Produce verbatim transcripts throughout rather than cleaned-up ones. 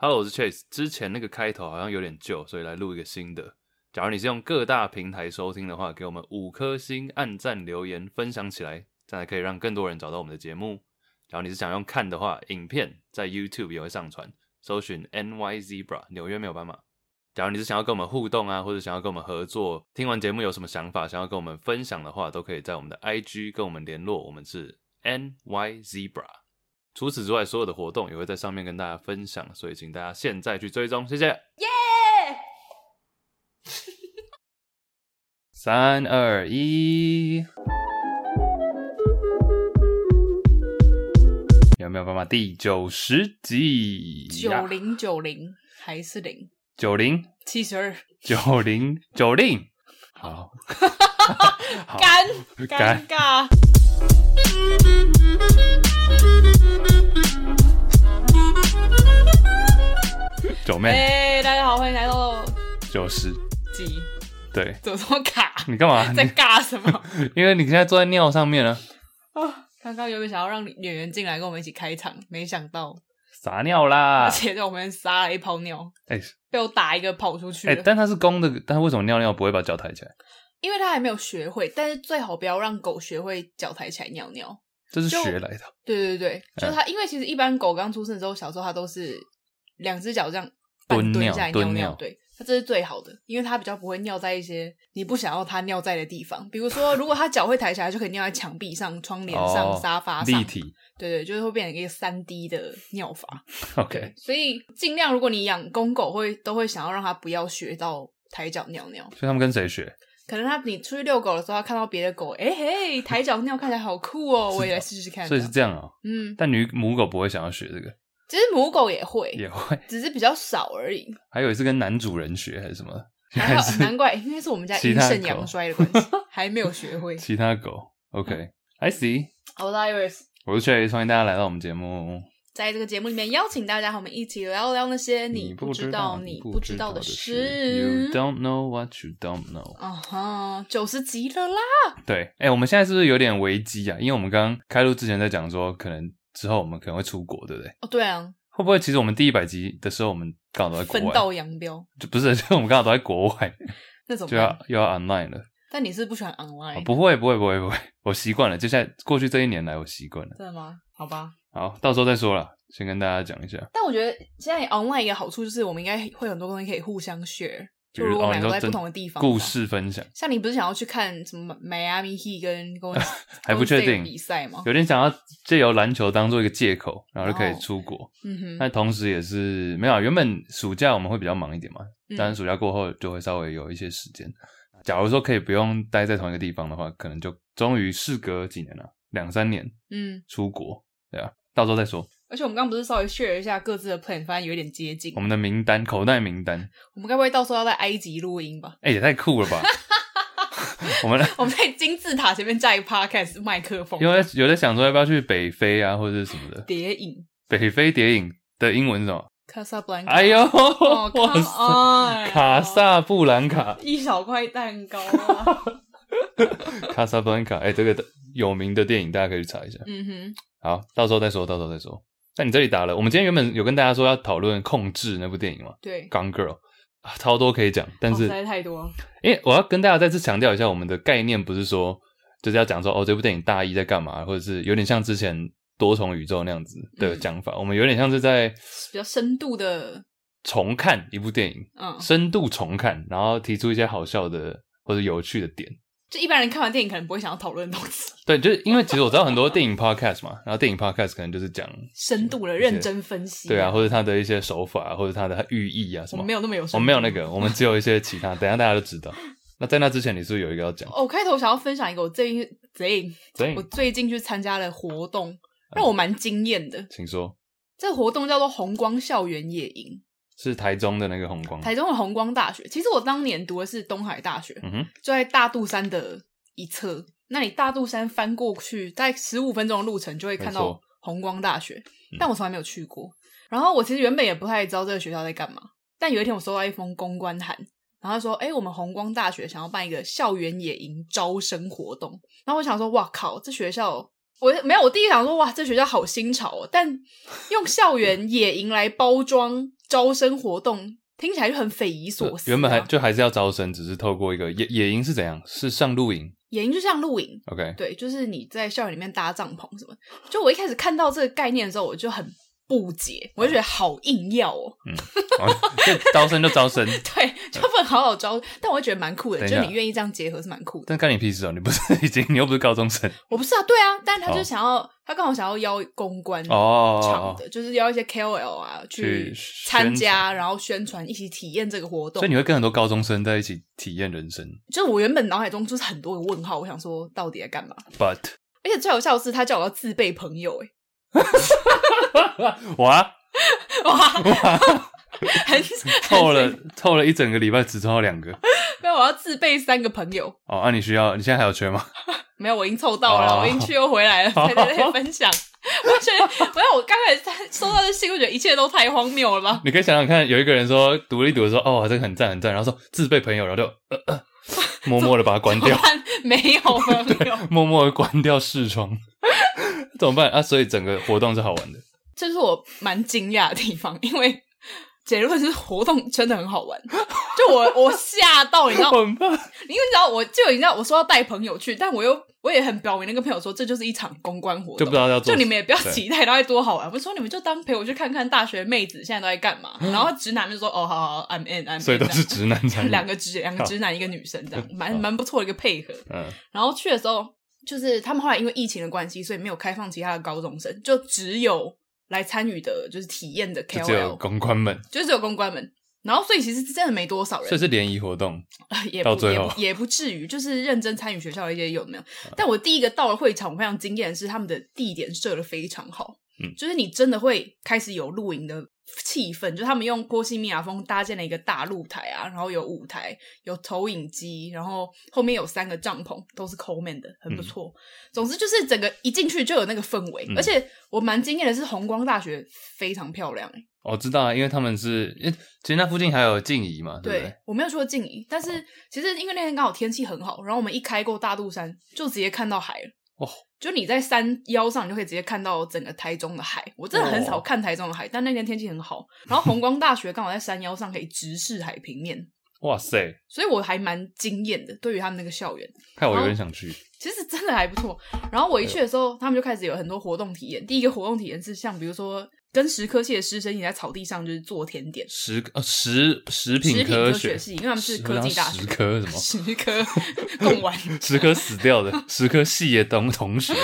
Hello， 我是 Chase。之前那个开头好像有点旧，所以来录一个新的。假如你是用各大平台收听的话，给我们五颗星、按赞、留言、分享起来，这样才可以让更多人找到我们的节目。假如你是想用看的话，影片在 YouTube 也会上传，搜寻 N Y Zebra 纽约没有斑马。假如你是想要跟我们互动啊，或者想要跟我们合作，听完节目有什么想法，想要跟我们分享的话，都可以在我们的 I G 跟我们联络，我们是 N Y Zebra。除此之外，所有的活动也会在上面跟大家分享，所以请大家现在去追踪，谢谢。耶！三二一，有没有办法？第九十集， 九零九零还是零？ 九零七十二， 九零九零，好， 干尴尬。 九妹， 哎、欸，大家好，欢迎来到九十集。 对， 怎么这么卡？ 你干嘛？ 在尬什么？ 因为你现在坐在尿上面啊。 啊，刚刚有没有想要让演员进来跟我们一起开场，没想到撒尿啦！ 而且在我们撒了一泡尿，哎、欸，被我打一个跑出去了。 哎、欸，但它是公的，但为什么尿尿不会把脚抬起来？ 因为他还没有学会，但是最好不要让狗学会脚抬起来尿尿。 这是学来的。 对对对，就它、嗯，因为其实一般狗刚出生之后，小时候它都是两只脚这样半蹲下来尿尿，对，它这是最好的，因为它比较不会尿在一些你不想要它尿在的地方，比如说，如果它脚会抬起来，就可以尿在墙壁上、窗帘上、哦、沙发上， 立体， 对对，就是会变成一个三 D 的尿法。 OK， 所以尽量如果你养公狗会都会想要让它不要学到抬脚尿尿。 所以他们跟谁学？ 可能他你出去遛狗的时候，他看到别的狗，哎、欸、嘿，抬脚尿看起来好酷哦，我也来试试看。 所以是这样哦。 嗯， 但女母狗不会想要学这个。 其实母狗也会， 也会， 只是比较少而已。 还有一次跟男主人学还是什么？ 还好，难怪，因为是我们家阴盛阳衰的关系，还没有学会。 其他狗 ，OK，I、okay. see。 我是 Iris， 我是 Chase， 欢迎大家来到我们节目。 在这个节目里面，邀请大家和我们一起聊聊那些你不知道、你不知道的事。 You don't know what you don't know。 啊哈，九十集了啦！ 对，哎、欸，我们现在是不是有点危机啊？因为我们刚刚开录之前在讲说，可能之后我们可能会出国，对不对？ 哦，对啊。 会不会其实我们第一百集的时候，我们刚好都在国外， 分道扬镳？ 就不是，就我们刚好都在国外， 那怎么就要又要 online 了？ 但你是不喜欢 online？、 哦、不会，不会，不会，不会，我习惯了。就在过去这一年来，我习惯了。 真的吗？好吧。 好，到时候再说啦，先跟大家讲一下。 但我觉得现在 online 一个好处就是，我们应该会有很多东西可以互相 share。就如果我们两个在不同的地方、 哦，故事分享。像你不是想要去看什么 Miami Heat 跟跟还不确定比赛吗？ 有点想要借由篮球当做一个借口，然后就可以出国。 嗯哼。 但同时也是没有，原本暑假我们会比较忙一点嘛， 嗯、 但是暑假过后就会稍微有一些时间。假如说可以不用待在同一个地方的话，可能就终于事隔几年了，两三年，嗯，出国，对啊，到时候再说。 而且我们刚刚不是稍微 share 一下各自的 plan， 发现有一点接近。 我们的名单，口袋名单。 我们该不会到时候要在埃及录音吧？ 哎、欸，也太酷了吧！我们我们在金字塔前面架一个 podcast 麦克风。 因为有在想说要不要去北非啊，或者是什么的。 谍影。 北非谍影的英文是什么？ 卡萨布兰卡。 哎呦， 哦、 哇塞！卡萨布兰卡。 一小块蛋糕啊！ 卡萨布兰卡，哎、欸，这个有名的电影大家可以去查一下。 嗯哼。 好，到时候再说，到时候再说。但你这里打了，我们今天原本有跟大家说要讨论《控制》那部电影嘛？ 对 ，Gone Girl，、啊、超多可以讲，但是、 哦、实在太多。 因为我要跟大家再次强调一下，我们的概念不是说就是要讲说哦这部电影大意在干嘛，或者是有点像之前多重宇宙那样子的讲法、嗯，我们有点像是在比较深度的重看一部电影，嗯，深度重看，然后提出一些好笑的或者有趣的点。 就一般人看完电影可能不会想要讨论的东西。 对，就是因为其实我知道很多电影 podcast 嘛，然后电影 podcast 可能就是讲深度的认真分析、啊， 对啊，或者它的一些手法，或者它的寓意啊什么。 我们没有那么有深度， 我们没有那个，我们只有一些其他，等一下大家就知道。那在那之前，你是不是有一个要讲？ 哦，我开头想要分享一个我最近最近我最近去参加的活动，让我蛮惊艳的、嗯。 请说。 这个活动叫做红光校园野营。 是台中的那个红光， 台中的红光大学。其实我当年读的是东海大学， 嗯哼， 就在大肚山的一侧。那你大肚山翻过去，大概十五分钟的路程就会看到红光大学，但我从来没有去过。然后我其实原本也不太知道这个学校在干嘛，但有一天我收到一封公关函，然后他说：“哎、欸，我们红光大学想要办一个校园野营招生活动。”然后我想说：“哇靠，这学校……”我没有，我第一想说：“哇，这学校好新潮哦！”但用校园野营来包装招生活动听起来就很匪夷所思、啊。 原本还就还是要招生，只是透过一个野野营是怎样？是上露营？ 野营就像露营 ，OK， 对，就是你在校园里面搭帐篷什么。就我一开始看到这个概念的时候，我就很不解，我就觉得好硬要哦。 嗯，就招生就招生， 对，就不能好好招。但我会觉得蛮酷的，就你愿意这样结合是蛮酷的。 但干你屁事哦！你不是已经，你又不是高中生。 我不是啊，对啊，但他就想要，哦、他刚好想要邀公关哦场的，就是邀一些 K O L 啊去参加，然后宣传，一起体验这个活动。 所以你会跟很多高中生在一起体验人生。 就是我原本脑海中就是很多个问号，我想说到底在干嘛 ？But， 而且最好笑的是，他叫我要自备朋友、欸， 哎，哇哇，很凑了凑了一整个礼拜，只凑到两个。 没有，我要自备三个朋友。 哦，啊，你需要？你现在还有缺吗？ 没有，我已经凑到了，哦、我已经去又回来了，才在那里分享。我觉得，我要我刚开始收到这信，我觉得一切都太荒谬了吧？ 你可以想想看，有一个人说读了一读说，哦，这个很赞很赞，然后说自备朋友，然后就呃呃，默默的把它关掉。 没有没有， 默默的关掉视窗，怎么办啊？所以整个活动是好玩的。 这是我蛮惊讶的地方，因为结论是活动真的很好玩。就我我吓到，你知道，因为你知道，我就你知道，我说要带朋友去，但我又我也很表明的跟朋友说，这就是一场公关活动， 就不知道要做， 就你们也不要期待它会多好玩。我说你们就当陪我去看看大学妹子现在都在干嘛。然后直男就说哦，好好 ，I'm in，I'm in， 所以都是直男参与， 两个直两个直男一个女生这样，蛮蛮不错的一个配合。嗯，然后去的时候，就是他们后来因为疫情的关系，所以没有开放其他的高中生，就只有来参与的，就是体验的 K O L， 就只有公关们， 就只有公关们。然后，所以其实真的没多少人， 所以是联谊活动， 也不到最后也不也不至于，就是认真参与学校的一些有没有？嗯、但我第一个到了会场，我非常惊艳的是他们的地点设得非常好，嗯，就是你真的会开始有露营的气氛，就是他们用波西米亚风搭建了一个大露台啊，然后有舞台，有投影机，然后后面有三个帐篷，都是 Coleman 的，很不错。嗯、总之就是整个一进去就有那个氛围，嗯、而且我蛮惊艳的是弘光大学非常漂亮、欸我、哦、知道啊，因为他们是，因为其实那附近还有静宜嘛，对不对？ 对，我没有去过静宜，但是其实因为那天刚好天气很好，然后我们一开过大肚山，就直接看到海了。哦，就你在山腰上，你就可以直接看到整个台中的海。我真的很少看台中的海，哦、但那天天气很好，然后弘光大学刚好在山腰上，可以直视海平面。 哇塞！ 所以我还蛮惊艳的，对于他们那个校园， 害我有点想去。 其实真的还不错。然后我一去的时候，他们就开始有很多活动体验。第一个活动体验是像比如说跟食科系的师生一起在草地上就是做甜点， 食呃食食品科学系，因为他们是科技大学。 食科什么？ 食科共玩， 食科死掉的食科系的同同学，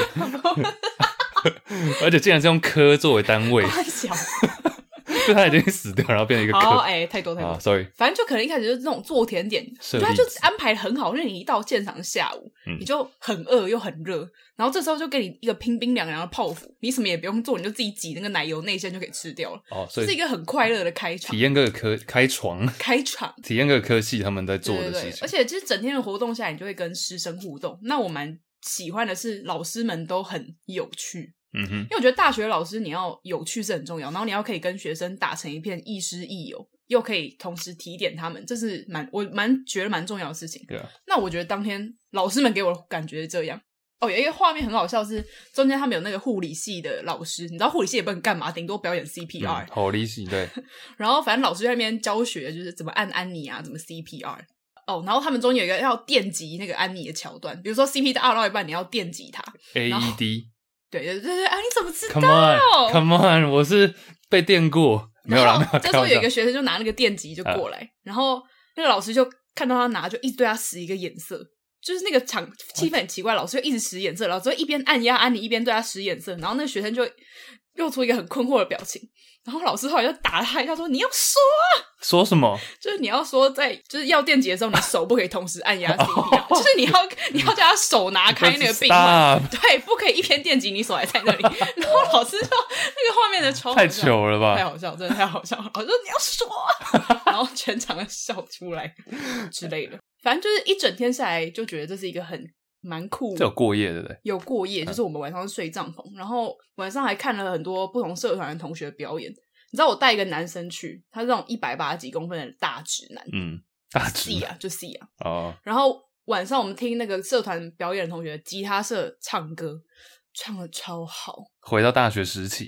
而且竟然是用科作为单位。 太小。 就他已经死掉，然后变成一个科。 哦，哎、欸，太多太多、啊、 ，sorry。 反正就可能一开始就是这种做甜点，就他就安排很好，因为你一到现场的下午，嗯、你就很饿又很热，然后这时候就给你一个冰冰凉凉的泡芙，你什么也不用做，你就自己挤那个奶油内馅就可以吃掉了。哦，所以是一个很快乐的开场， 体验各个科开床， 开场， 体验各个科系他们在做的事情。 对对对，而且其实整天的活动下来，你就会跟师生互动。那我蛮喜欢的是，老师们都很有趣。嗯哼，因为我觉得大学老师你要有趣是很重要，然后你要可以跟学生打成一片亦师亦友，又可以同时提点他们，这是蛮我蛮觉得蛮重要的事情。对啊，那我觉得当天老师们给我的感觉是这样。哦，有一个画面很好笑是，中间他们有那个护理系的老师，你知道护理系也不能干嘛，顶多表演 C P R。 嗯、护理系对。 然后反正老师在那边教学，就是怎么按安妮啊，怎么 C P R。哦，然后他们中间有一个要电击那个安妮的桥段，比如说 C P R 到一半你要电击它 ，A E D。 对对对对啊！你怎么知道 ？Come on，Come on， 我是被电过，没有啦，没有。 这时候有一个学生就拿那个电击就过来，啊、然后那个老师就看到他拿，就一直对他使一个眼色，就是那个场气氛很奇怪，老师就一直使眼色，老师就一边按压安妮，一边对他使眼色，然后那个学生就露出一个很困惑的表情，然后老师后来就打他一下说：“你要说啊， 说什么？ 就是你要说在就是要电击的时候，你手不可以同时按压 C P R， 就是你要你要叫他手拿开那个病患，对，不可以一边电击你手还在那里。然后老师就那个画面的超太糗了吧， 太好笑，真的太好笑了。老师说你要说、啊，然后全场的笑出来之类的。反正就是一整天下来，就觉得这是一个很。蛮酷的， 这有过夜对不对？ 有过夜，就是我们晚上睡帐篷，嗯、然后晚上还看了很多不同社团的同学表演。你知道我带一个男生去，他是那种一百八十几公分的大直男， 嗯，大直 C 啊，就 C 啊。 哦。 然后晚上我们听那个社团表演的同学吉他社唱歌，唱得超好。 回到大学时期。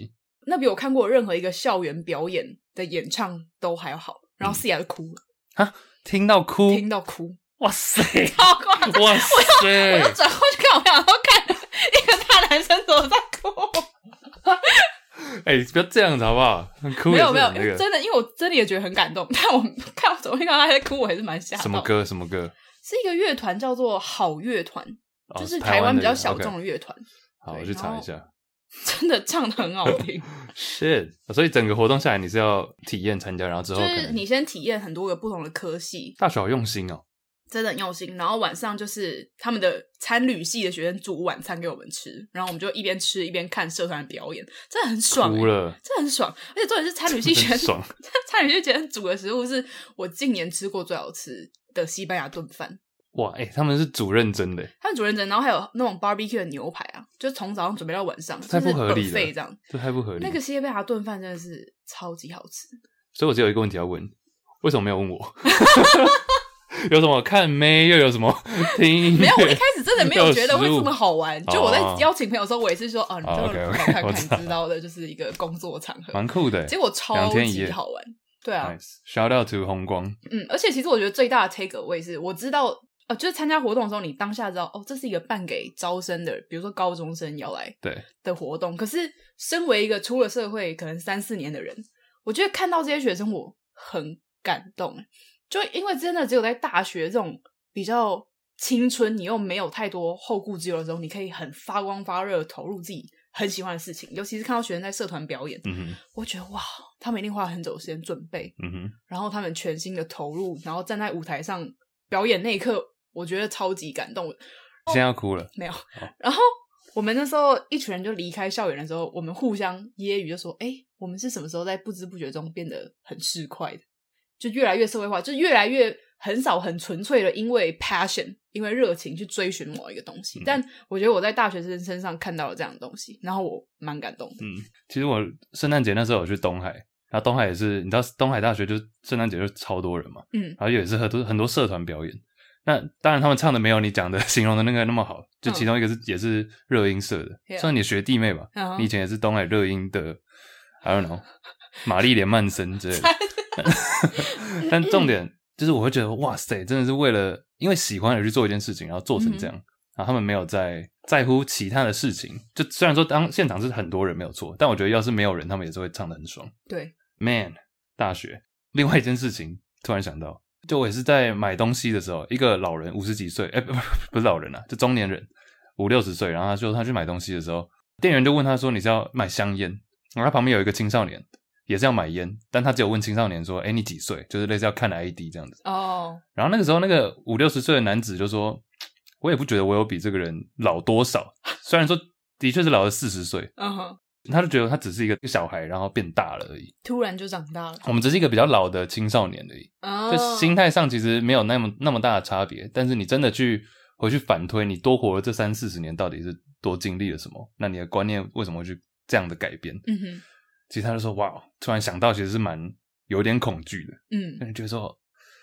那比我看过任何一个校园表演的演唱都还要好。然后思雅就哭了， 啊，听到哭， 听到哭， 哇塞， 超夸张！ 哇塞， 我要我要转过去看，我想说看一个大男生怎么在哭。 哎、欸，不要这样子好不好？哭没有没有、 那個， 真的，因为我真的也觉得很感动。但我看我怎么会看到他在哭，我还是蛮吓到。 什么歌？什么歌？ 是一个乐团叫做好乐团， 哦、 就是台湾比较小众的乐团。 Okay. 好，我去查一下。 真的唱得很好听。 Shit！ 所以整个活动下来，你是要体验参加，然后之后就是你先体验很多个不同的科系。 大学好用心哦。 真的很用心，然后晚上就是他们的参旅系的学生煮晚餐给我们吃，然后我们就一边吃一边看社团表演，真的很爽、欸， 哭了， 真的很爽。而且重点是参旅系学生，参旅系学生煮的食物是我近年吃过最好吃的西班牙炖饭。 哇，哎、欸，他们是煮认真的， 他们煮认真，然后还有那种 barbecue 的牛排啊，就从早上准备到晚上， 太不合理了， 这样， 这太不合理。 那个西班牙炖饭真的是超级好吃。 所以我只有一个问题要问，为什么没有问我？有什么看妹，又有什么听音乐？ 没有，我一开始真的没有觉得会这么好玩。就我在邀请朋友的时候，我也是说，哦，你这个好看看，你知道的，就是一个工作场合， 蛮酷的。 结果超级好玩，对啊。 Nice. Shout out to 红光。 嗯，而且其实我觉得最大的 take away 是，我知道，呃，就是参加活动的时候，你当下知道，哦，这是一个办给招生的，比如说高中生要来对的活动。可是，身为一个出了社会可能三四年的人，我觉得看到这些学生，我很感动。就因为真的只有在大学这种比较青春，你又没有太多后顾之忧的时候，你可以很发光发热投入自己很喜欢的事情。尤其是看到学生在社团表演， 嗯哼， 我觉得哇，他们一定花了很久的时间准备， 嗯哼， 然后他们全心的投入，然后站在舞台上表演那一刻，我觉得超级感动。 现在要哭了？ 没有。然后我们那时候一群人就离开校园的时候，我们互相揶揄就说：“哎，我们是什么时候在不知不觉中变得很市侩的？”就越来越社会化，就越来越很少很纯粹的因为 passion 因为热情去追寻某一个东西、嗯、但我觉得我在大学生身上看到了这样的东西，然后我蛮感动的。 嗯，其实我圣诞节那时候有去东海，然后东海也是你知道东海大学就圣诞节就超多人嘛，嗯，然后也是很多很多社团表演，那当然他们唱的没有你讲的形容的那个那么好，就其中一个是、嗯、也是热音社的，算你的学弟妹吧、uh-huh. 你以前也是东海热音的 I don't know 玛丽莲曼森之类的但重点就是我会觉得哇塞，真的是为了因为喜欢而去做一件事情，然后做成这样、嗯、然后他们没有在在乎其他的事情，就虽然说当现场是很多人没有错，但我觉得要是没有人他们也是会唱得很爽。 对 Man 大学另外一件事情突然想到，就我也是在买东西的时候，一个老人五十几岁，哎、欸，不不是老人啊，就中年人五六十岁，然后他说他去买东西的时候，店员就问他说你是要买香烟，然后他旁边有一个青少年也是要买烟，但他只有问青少年说：“哎、欸，你几岁？”就是类似要看 I D 这样子。哦、oh. 。然后那个时候，那个五六十岁的男子就说：“我也不觉得我有比这个人老多少，虽然说的确是老了四十岁。”嗯哼。他就觉得他只是一个小孩，然后变大了而已。 突然就长大了。 我们只是一个比较老的青少年而已。哦、oh. 。就心态上其实没有那么那么大的差别，但是你真的去回去反推，你多活了这三四十年，到底是多经历了什么？那你的观念为什么会去这样的改变？嗯哼。其实他就说哇，突然想到其实是蛮有点恐惧的，嗯，但是觉得说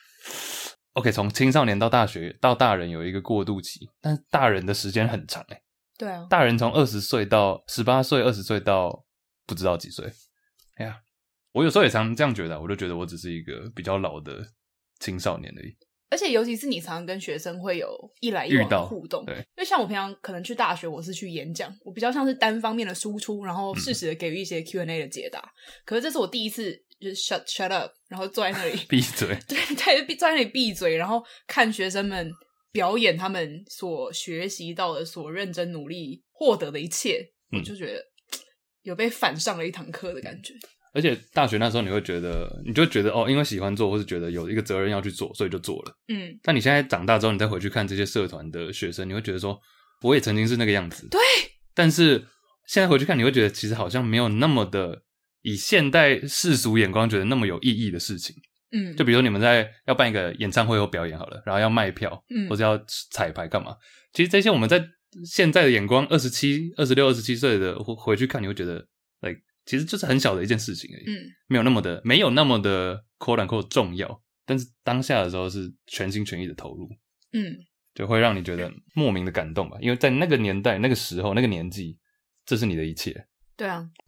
OK 从青少年到大学到大人有一个过渡期，但是大人的时间很长耶。 对啊， 大人从二十岁到十八岁二十岁到不知道几岁。哎呀，我有时候也常这样觉得，我就觉得我只是一个比较老的青少年而已。 而且尤其是你常常跟学生会有一来一往的互动， 对， 因为像我平常可能去大学，我是去演讲，我比较像是单方面的输出，然后适时的给予一些 Q and A 的解答、嗯。可是这是我第一次就是 shut shut up， 然后坐在那里闭嘴， 对对，坐在那里闭嘴，然后看学生们表演他们所学习到的、所认真努力获得的一切，嗯、我就觉得有被反上了一堂课的感觉。 而且大学那时候你会觉得你就会觉得哦，因为喜欢做或是觉得有一个责任要去做，所以就做了。嗯，但你现在长大之后，你再回去看这些社团的学生，你会觉得说我也曾经是那个样子。 对， 但是现在回去看，你会觉得其实好像没有那么的以现代世俗眼光觉得那么有意义的事情。嗯，就比如你们在要办一个演唱会或表演好了，然后要卖票，嗯，或者要彩排干嘛，其实这些我们在现在的眼光二十七、二十六、二十七岁的回去看，你会觉得 like其实就是很小的一件事情而已，嗯，没有那么的没有那么的 quote unquote 重要，但是当下的时候是全心全意的投入，嗯，就会让你觉得莫名的感动吧，因为在那个年代、那个时候、那个年纪，这是你的一切。 对啊，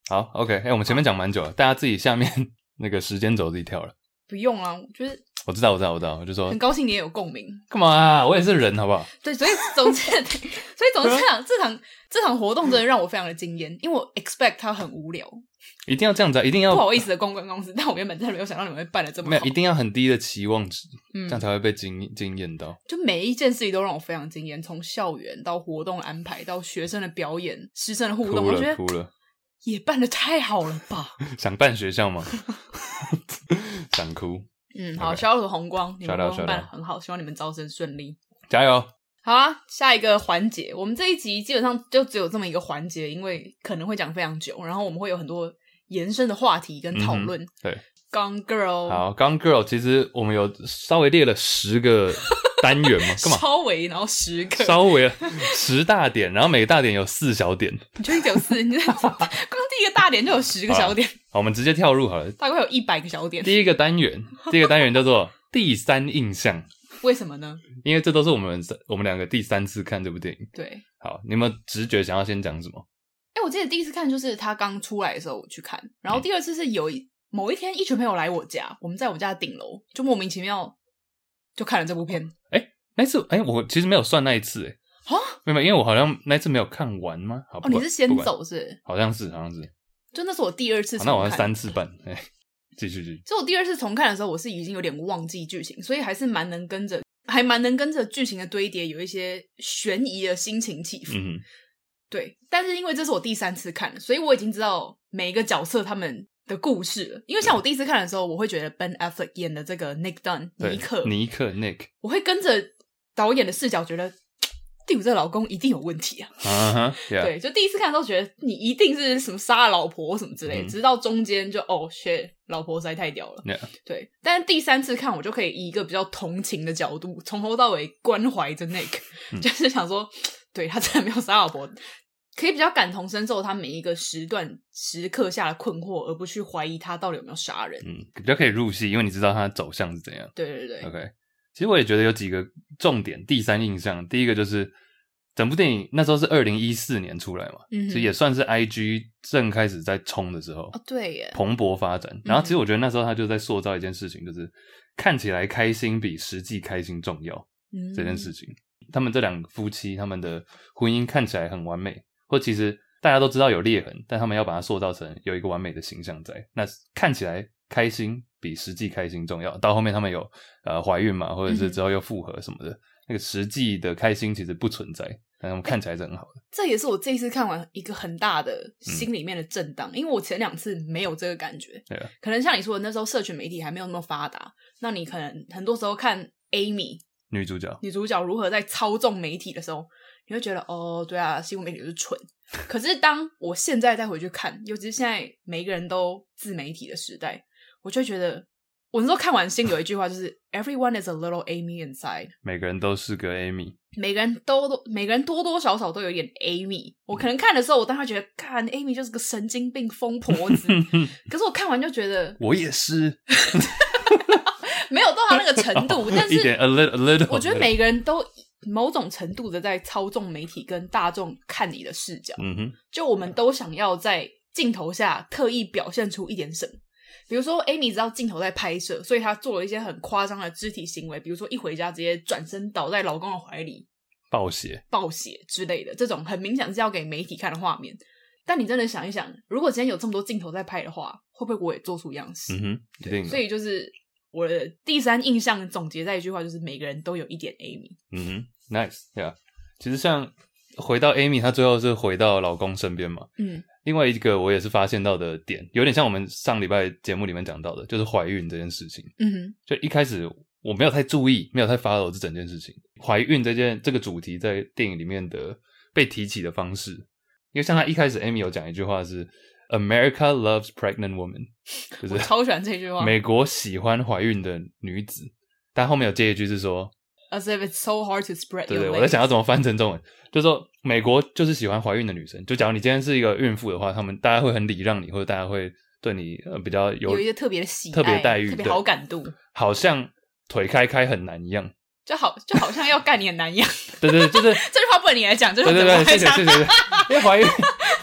好 OK 哎、欸，我们前面讲蛮久了，大家自己下面那个时间轴自己跳了。 不用啊，我觉得我知道我知道我知道，我就说很高兴你也有共鸣。 干嘛啊？我也是人好不好？ 对，所以总之所以总之这场这场这场活动真的让我非常的惊艳，因为我 expect 它很无聊。 一定要这样子啊！一定要不好意思的公关公司，但我原本真的没有想到你们会办的这么好。 没有，一定要很低的期望值， 嗯， 这样才会被惊惊艳到。 就每一件事情都让我非常惊艳，从校园到活动安排，到学生的表演、师生的互动， 哭了我觉得哭了， 也办得太好了吧！ 想办学校吗？想哭。 嗯，好，小鲁的红光，你们小红光办得很好，希望你们招生顺利， 加油！ 好啊，下一个环节，我们这一集基本上就只有这么一个环节，因为可能会讲非常久，然后我们会有很多延伸的话题跟讨论、嗯。 对 ，Gone Girl， 好 ，Gone Girl， 其实我们有稍微列了十个单元嘛，干嘛？ 稍微，然后十个， 稍微十大点，然后每个大点有四小点。 你确定只有四？你光第一个大点就有十个小点。 好，好我们直接跳入好了， 大概有一百个小点。 第一个单元，第一个单元叫做第三印象。 为什么呢？ 因为这都是我们我们两个第三次看这部电影。 对， 好，你有没有直觉想要先讲什么？ 哎、欸，我记得第一次看就是他刚出来的时候我去看，然后第二次是有一某一天一群朋友来我家，我们在我们家的顶楼，就莫名其妙就看了这部片。 哎、欸，那次哎、欸，我其实没有算那一次哎、欸，啊，没有，因为我好像那次没有看完吗？好， 哦，你是先走是不是？ 好像是，好像是， 就那是我第二次重看， 那我好像三次半，哎、欸，继续继续。 就我第二次重看的时候，我是已经有点忘记剧情，所以还是蛮能跟着。还蛮能跟着剧情的堆叠，有一些悬疑的心情起伏。 嗯， 对。但是因为这是我第三次看了，所以我已经知道每一个角色他们的故事了。因为像我第一次看的时候，我会觉得 Ben Affleck 演的这个 Nick Dunn 尼克， 尼克 Nick， 我会跟着导演的视角觉得第五这个老公一定有问题啊。 Uh-huh, yeah. 对，就第一次看的时候觉得你一定是什么杀了老婆什么之类的，嗯、直到中间就哦 shit， 老婆实在太屌了。 Yeah. 对，但是第三次看我就可以以一个比较同情的角度，从头到尾关怀着 Nick，、嗯、就是想说，对他真的没有杀老婆，可以比较感同身受他每一个时段时刻下的困惑，而不去怀疑他到底有没有杀人。 嗯，比较可以入戏，因为你知道他的走向是怎样。 对对对 ，OK。其实我也觉得有几个重点，第三印象，第一个就是整部电影那时候是二零一四年出来嘛，嗯，其实也算是 I G 正开始在冲的时候， 哦，对耶， 蓬勃发展。然后其实我觉得那时候他就在塑造一件事情，就是看起来开心比实际开心重要，嗯，这件事情。他们这两个夫妻，他们的婚姻看起来很完美，或其实大家都知道有裂痕，但他们要把它塑造成有一个完美的形象在，那看起来开心比实际开心重要。到后面他们有呃怀孕嘛，或者是之后又复合什么的，嗯，那个实际的开心其实不存在，但他们看起来是很好的。 这也是我这一次看完一个很大的心里面的震荡，嗯，因为我前两次没有这个感觉。对啊，可能像你说的，那时候社群媒体还没有那么发达，那你可能很多时候看 Amy 女主角女主角如何在操纵媒体的时候，你会觉得哦，对啊，新闻媒体就是蠢。可是当我现在再回去看，尤其是现在每一个人都自媒体的时代，我就会觉得，我那时候看完心里有一句话，就是 Everyone is a little Amy inside， 每个人都是个 Amy， 每个人都都每个人多多少少都有一点 Amy。我可能看的时候，我当时觉得，看 Amy 就是个神经病疯婆子，可是我看完就觉得， 我也是。 没有到他那个程度，但是一点 a little, a little, 我觉得每个人都某种程度的在操纵媒体跟大众看你的视角。嗯哼，就我们都想要在镜头下特意表现出一点什么。比如说 Amy 知道镜头在拍摄，所以她做了一些很夸张的肢体行为，比如说一回家直接转身倒在老公的怀里暴血暴血之类的，这种很明显是要给媒体看的画面。但你真的想一想，如果今天有这么多镜头在拍的话，会不会我也做出一样的事？ 嗯哼，一定的。 所以就是我的第三印象总结在一句话，就是每个人都有一点 Amy。 嗯哼 ，nice， yeah。其实像回到 Amy， 她最后是回到老公身边嘛。嗯。另外一个我也是发现到的点，有点像我们上礼拜节目里面讲到的，就是怀孕这件事情。嗯哼。就一开始我没有太注意，没有太 follow 这整件事情。怀孕这件这个主题在电影里面的被提起的方式，因为像她一开始 Amy 有讲一句话是 America loves pregnant women， 就是我超喜欢这句话。 美国喜欢怀孕的女子，但后面有接一句是说 As if it's so hard to spread your legs。 对对，我在想要怎么翻成中文，就是说美国就是喜欢怀孕的女生，就假如你今天是一个孕妇的话，他们大家会很礼让你，或者大家会对你呃比较有有一些特别的喜爱、 特别待遇、 特别好感度， 好像腿开开很难一样， 就好就好像要干你很难一样。 对对对，就是这句话不能你来讲，这句话对对对，谢谢谢谢。因为怀孕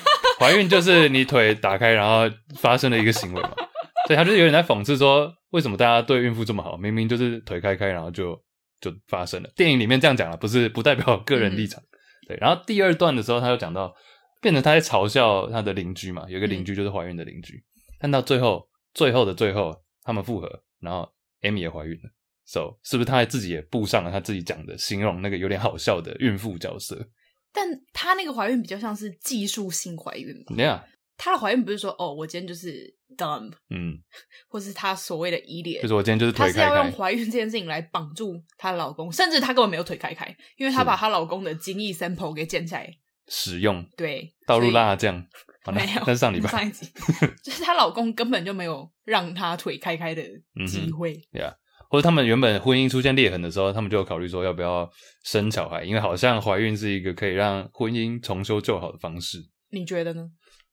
怀孕就是你腿打开然后发生了一个行为嘛，所以他就是有点在讽刺说为什么大家对孕妇这么好，明明就是腿开开然后就就发生了。电影里面这样讲了，不是不代表个人立场、嗯、对。然后第二段的时候他就讲到变成他在嘲笑他的邻居嘛，有一个邻居就是怀孕的邻居、嗯、但到最后最后的最后他们复合，然后 Amy 也怀孕了， so 是不是他自己也步上了他自己讲的形容那个有点好笑的孕妇角色？ 但他那个怀孕比较像是技术性怀孕吧。 Yeah， 他的怀孕不是说哦我今天就是 dumb 嗯， 或是他所谓的 idiot， 就是我今天就是腿开开， 他是要用怀孕这件事情来绑住她的老公，甚至她根本没有腿开开，因为她把她老公的精液 sample 给剪下来使用， 对， 倒入辣酱、哦、 没有， 那是上礼拜上一集就是她老公根本就没有让她腿开开的机会、 嗯、yeah， 或者他们原本婚姻出现裂痕的时候，他们就有考虑说要不要生小孩，因为好像怀孕是一个可以让婚姻重修旧好的方式。 你觉得呢？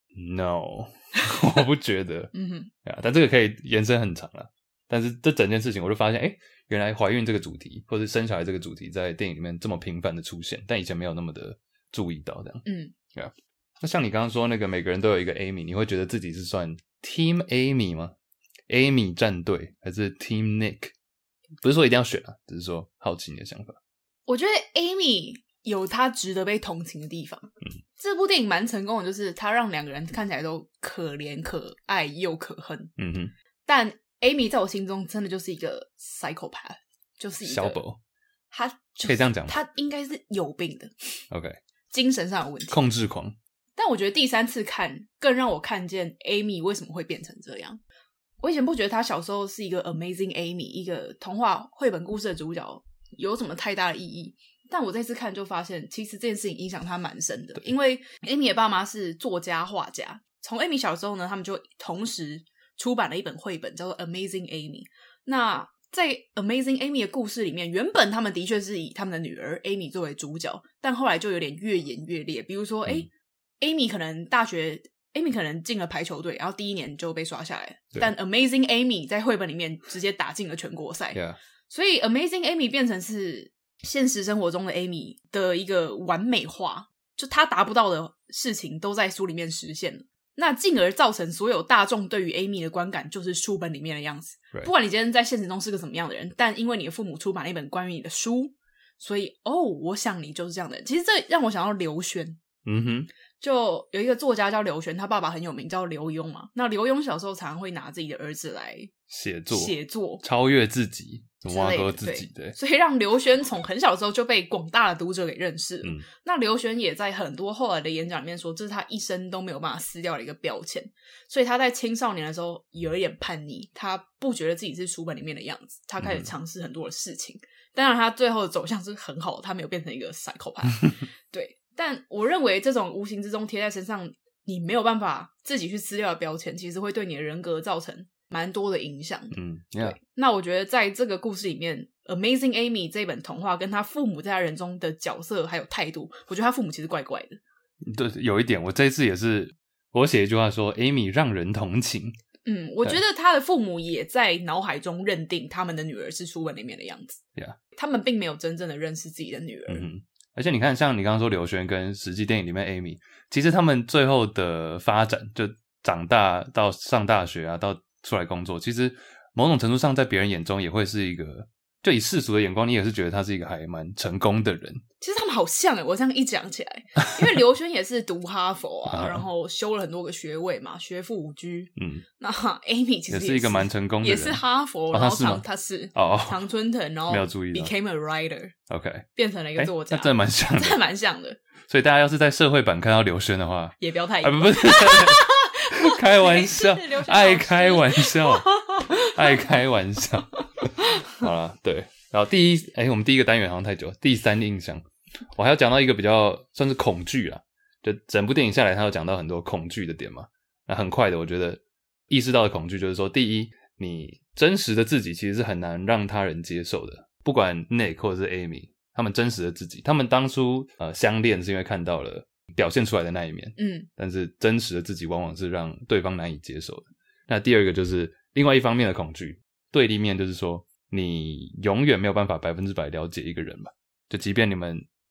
No 我不觉得嗯哼， yeah， 但这个可以延伸很长啦。但是这整件事情我就发现诶原来怀孕这个主题或者生小孩这个主题在电影里面这么频繁的出现，但以前没有那么的注意到这样。 嗯， yeah。 那像你刚刚说那个每个人都有一个 Amy， 你会觉得自己是算 Team Amy 吗？ Amy 战队还是 Team Nick？ 不是说一定要选啊，只是说好奇你的想法。 我觉得 Amy 有她值得被同情的地方。嗯，这部电影蛮成功的，就是她让两个人看起来都可怜可爱又可恨。 嗯哼， 但 Amy 在我心中真的就是一个 psychopath， 就是一个小宝， 她、就是、 可以这样讲吗？ 她应该是有病的 OK， 精神上有问题， 控制狂。 但我觉得第三次看更让我看见 Amy 为什么会变成这样。我以前不觉得她小时候是一个 amazing Amy， 一个童话绘本故事的主角有什么太大的意义，但我这次看就发现其实这件事情影响她蛮深的。因为 Amy 的爸妈是作家画家，从 Amy 小时候呢他们就同时出版了一本绘本叫做 Amazing Amy。 那在 Amazing Amy 的故事里面，原本他们的确是以他们的女儿 Amy 作为主角，但后来就有点越演越烈。比如说诶、嗯、Amy 可能大学Amy 可能进了排球队，然后第一年就被刷下来，但 Amazing Amy 在绘本里面直接打进了全国赛、 yeah. 所以 Amazing Amy 变成是现实生活中的 Amy 的一个完美化，就她达不到的事情都在书里面实现了，那进而造成所有大众对于 Amy 的观感就是书本里面的样子、right. 不管你今天在现实中是个什么样的人，但因为你的父母出版了一本关于你的书，所以哦，我想你就是这样的人。其实这让我想到刘轩。 嗯哼， 就有一个作家叫刘轩，他爸爸很有名叫刘墉嘛。那刘墉小时候常常会拿自己的儿子来写作， 写作超越自己，挖沟自己，对， 所以让刘轩从很小的时候就被广大的读者给认识了、嗯、那刘轩也在很多后来的演讲里面说，这是他一生都没有办法撕掉的一个标签。所以他在青少年的时候有一点叛逆，他不觉得自己是书本里面的样子，他开始尝试很多的事情、嗯、当然他最后的走向是很好的，他没有变成一个 psychopath 对，但我认为这种无形之中贴在身上你没有办法自己去撕掉的标签，其实会对你的人格造成蛮多的影响的。 嗯 yeah. 对，那我觉得在这个故事里面 Amazing Amy 这本童话跟他父母在他人中的角色还有态度，我觉得他父母其实怪怪的。 对，有一点我这一次也是我写一句话说 Amy 让人同情。 嗯，我觉得他的父母也在脑海中认定他们的女儿是书本里面的样子、 yeah. 他们并没有真正的认识自己的女儿。 嗯，而且你看像你刚刚说刘轩跟实际电影里面 Amy， 其实他们最后的发展就长大到上大学啊，到出来工作，其实某种程度上在别人眼中也会是一个，就以世俗的眼光你也是觉得他是一个还蛮成功的人。 其实他们好像耶，我这样一讲起来因为刘轩也是读哈佛啊然后修了很多个学位嘛，学富五车。嗯，那 Amy 其实也是, 也是一个蛮成功的人， 也是哈佛、 哦、 然后他是他是哦常春藤，然后没有注意到 became a writer OK 变成了一个作家、 欸、那真的蛮像的， 真的蛮像的。 所以大家要是在社会版看到刘轩的话也不要太啊，不不是开玩笑爱开玩笑爱开玩笑好啦，对，然后第一诶、欸、我们第一个单元好像太久，第三印象我还要讲到一个比较算是恐惧啦，就整部电影下来他有讲到很多恐惧的点嘛。那很快的我觉得意识到的恐惧就是说，第一，你真实的自己其实是很难让他人接受的，不管 Nick 或者是 Amy 他们真实的自己，他们当初呃相恋是因为看到了表现出来的那一面，嗯，但是真实的自己往往是让对方难以接受的。那第二个就是另外一方面的恐惧，对立面就是说你永远没有办法百分之百了解一个人吧，就即便你们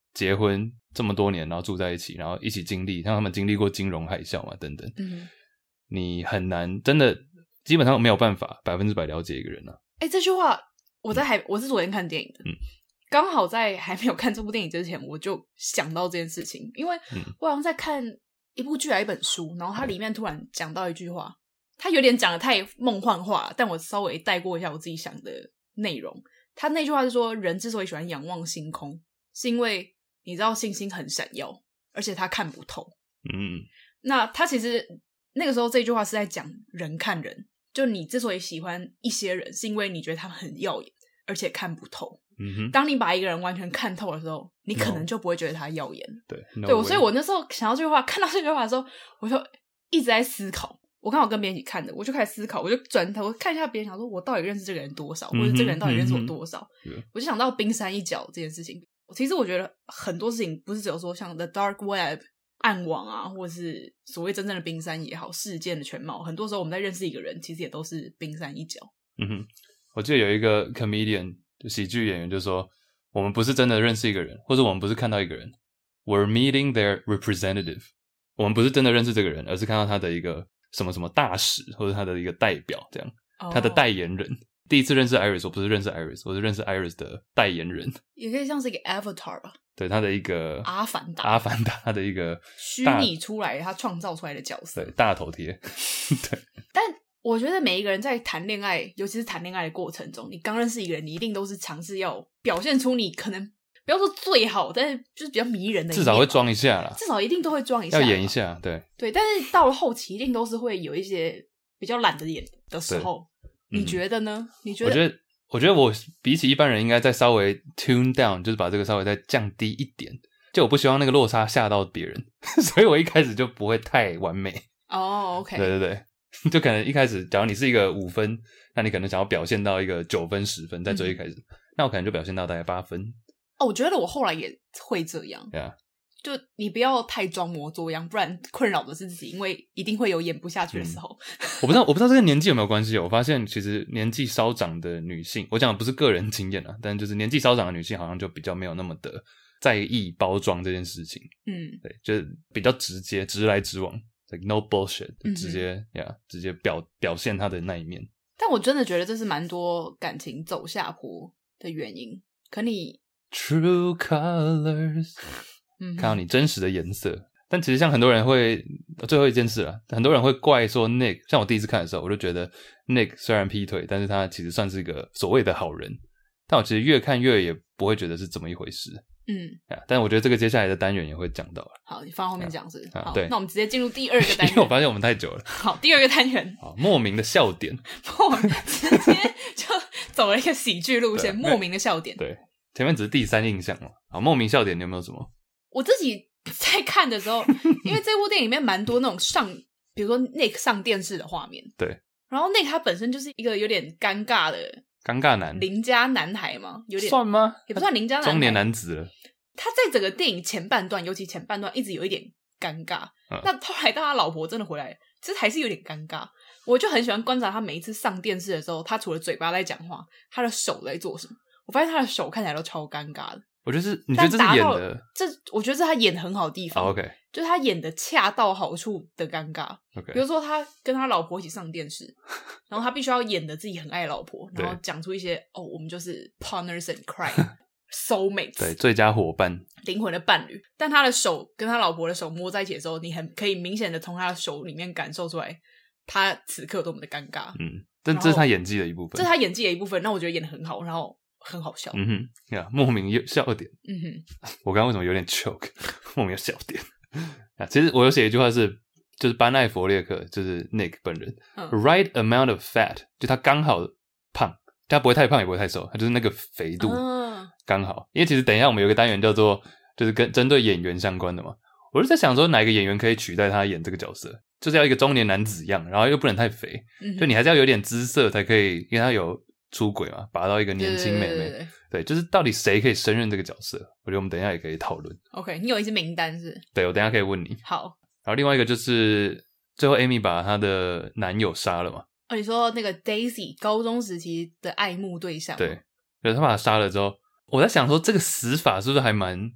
结婚这么多年，然后住在一起，然后一起经历，像他们经历过金融海啸嘛，等等，嗯，你很难真的基本上没有办法百分之百了解一个人啊。 哎、欸，这句话我在还、嗯、我是昨天看电影的，嗯，刚好在还没有看这部电影之前，我就想到这件事情，因为我好像在看一部剧还一本书，然后它里面突然讲到一句话，它有点讲得太梦幻化，但我稍微带过一下我自己想的内容。他那句话是说，人之所以喜欢仰望星空，是因为你知道星星很闪耀，而且他看不透。嗯，那他其实那个时候这句话是在讲人看人，就你之所以喜欢一些人，是因为你觉得他们很耀眼，而且看不透。嗯哼，当你把一个人完全看透的时候，你可能就不会觉得他耀眼。 No. 对， no、 对，所以我那时候想到这句话，看到这句话的时候，我就一直在思考。我刚好跟别人一起看的，我就开始思考，我就转头看一下别人，想说我到底认识这个人多少，或者这个人到底认识我多少。嗯、我就想到冰山一角这件事情。其实我觉得很多事情不是只有说像 The Dark Web 暗网啊，或者是所谓真正的冰山也好，事件的全貌，很多时候我们在认识一个人，其实也都是冰山一角。嗯哼，我记得有一个 comedian 就喜剧演员就说，我们不是真的认识一个人，或者我们不是看到一个人 ，we're meeting their representative。我们不是真的认识这个人，而是看到他的一个什么什么大使，或者他的一个代表，这样， oh. 他的代言人。第一次认识 Iris， 我不是认识 Iris， 我是认识 Iris 的代言人， 也可以像是一个 avatar 吧。 对，他的一个阿凡达， 阿凡达，他的一个虚拟出来，他创造出来的角色， 对，大头贴。对， 但我觉得每一个人在谈恋爱，尤其是谈恋爱的过程中，你刚认识一个人，你一定都是尝试要表现出你可能不要说最好，但是就是比较迷人的一面， 至少会装一下啦， 至少一定都会装一下， 要演一下，对对。但是到了后期，一定都是会有一些比较懒得演的时候。你觉得呢？你觉得？ 我觉得，我觉得我比起一般人应该再稍微 tune down， 就是把这个稍微再降低一点。就我不希望那个落差吓到别人，所以我一开始就不会太完美。 哦、oh, ，OK， 对对对，就可能一开始，假如你是一个五分，那你可能想要表现到一个九分、十分，在最一开始，嗯、那我可能就表现到大概八分。 哦，我觉得我后来也会这样。 对啊。 就你不要太装模作样，不然困扰的是自己，因为一定会有演不下去的时候。 嗯、我不知道，我不知道这个年纪有没有关系。我发现其实年纪稍长的女性，我讲的不是个人经验啊，但就是年纪稍长的女性好像就比较没有那么的在意包装这件事情。嗯，对，就是比较直接，直来直往 ，like no bullshit， 直接呀、嗯 yeah, 直接表表现她的那一面。 但我真的觉得这是蛮多感情走下坡的原因。可你 True colors。看到你真实的颜色，但其实像很多人会最后一件事啦，很多人会怪说 Nick， 像我第一次看的时候，我就觉得 Nick 虽然劈腿，但是他其实算是一个所谓的好人，但我其实越看越也不会觉得是怎么一回事。嗯，啊，但我觉得这个接下来的单元也会讲到了。 好，你放后面讲是、 啊、 好， 对， 那我们直接进入第二个单元。 因为我发现我们太久了。 好，第二个单元， 好，莫名的笑点， 莫直接就走了一个喜剧路线，莫名的笑点。 对，前面只是第三印象嘛。好，莫名笑点，你有没有什么？ 我自己在看的时候，因为这部电影里面蛮多那种上，比如说 Nick 上电视的画面， 对， 然后 Nick 他本身就是一个有点尴尬的尴尬男， 邻家男孩嘛，有点算吗？ 也不算邻家男孩， 中年男子了。 他在整个电影前半段，尤其前半段一直有一点尴尬。嗯、那后来到他老婆真的回来，其实还是有点尴尬。我就很喜欢观察他每一次上电视的时候，他除了嘴巴在讲话，他的手在做什么。我发现他的手看起来都超尴尬的。 我觉得是，你觉得这是演的？ 这我觉得是他演的很好的地方。 Oh, OK， 就是他演的恰到好处的尴尬。 OK， 比如说他跟他老婆一起上电视，然后他必须要演的自己很爱老婆，然后讲出一些哦，我们就是 partners in crime。soulmates， 对，最佳伙伴， 灵魂的伴侣。但他的手跟他老婆的手摸在一起的时候，你很可以明显的从他的手里面感受出来，他此刻多么的尴尬。 嗯，但这是他演技的一部分， 这是他演技的一部分。那我觉得演得很好，然后很好笑。 嗯哼，呀、yeah, ，莫名笑点。嗯哼，我刚刚为什么有点 choke？ 莫名的笑点。啊，其实我有写一句话是，就是班艾弗列克，就是 Nick 本人、嗯、，right amount of fat， 就他刚好胖，他不会太胖，也不会太瘦，他就是那个肥度。嗯刚好，因为其实等一下我们有个单元叫做就是跟针对演员相关的嘛，我就在想说哪个演员可以取代他演这个角色，就是要一个中年男子样，然后又不能太肥、嗯、就你还是要有点姿色才可以，因为他有出轨嘛，拔到一个年轻妹妹， 对, 对, 对, 对, 对，就是到底谁可以胜任这个角色，我觉得我们等一下也可以讨论。 OK， 你有一支名单是？ 对，我等一下可以问你。 好， 然后另外一个就是最后 Amy 把她的男友杀了嘛。 哦，你说那个 Daisy 高中时期的爱慕对象？ 对，就是他把他杀了之后，我在想说这个死法是不是还蛮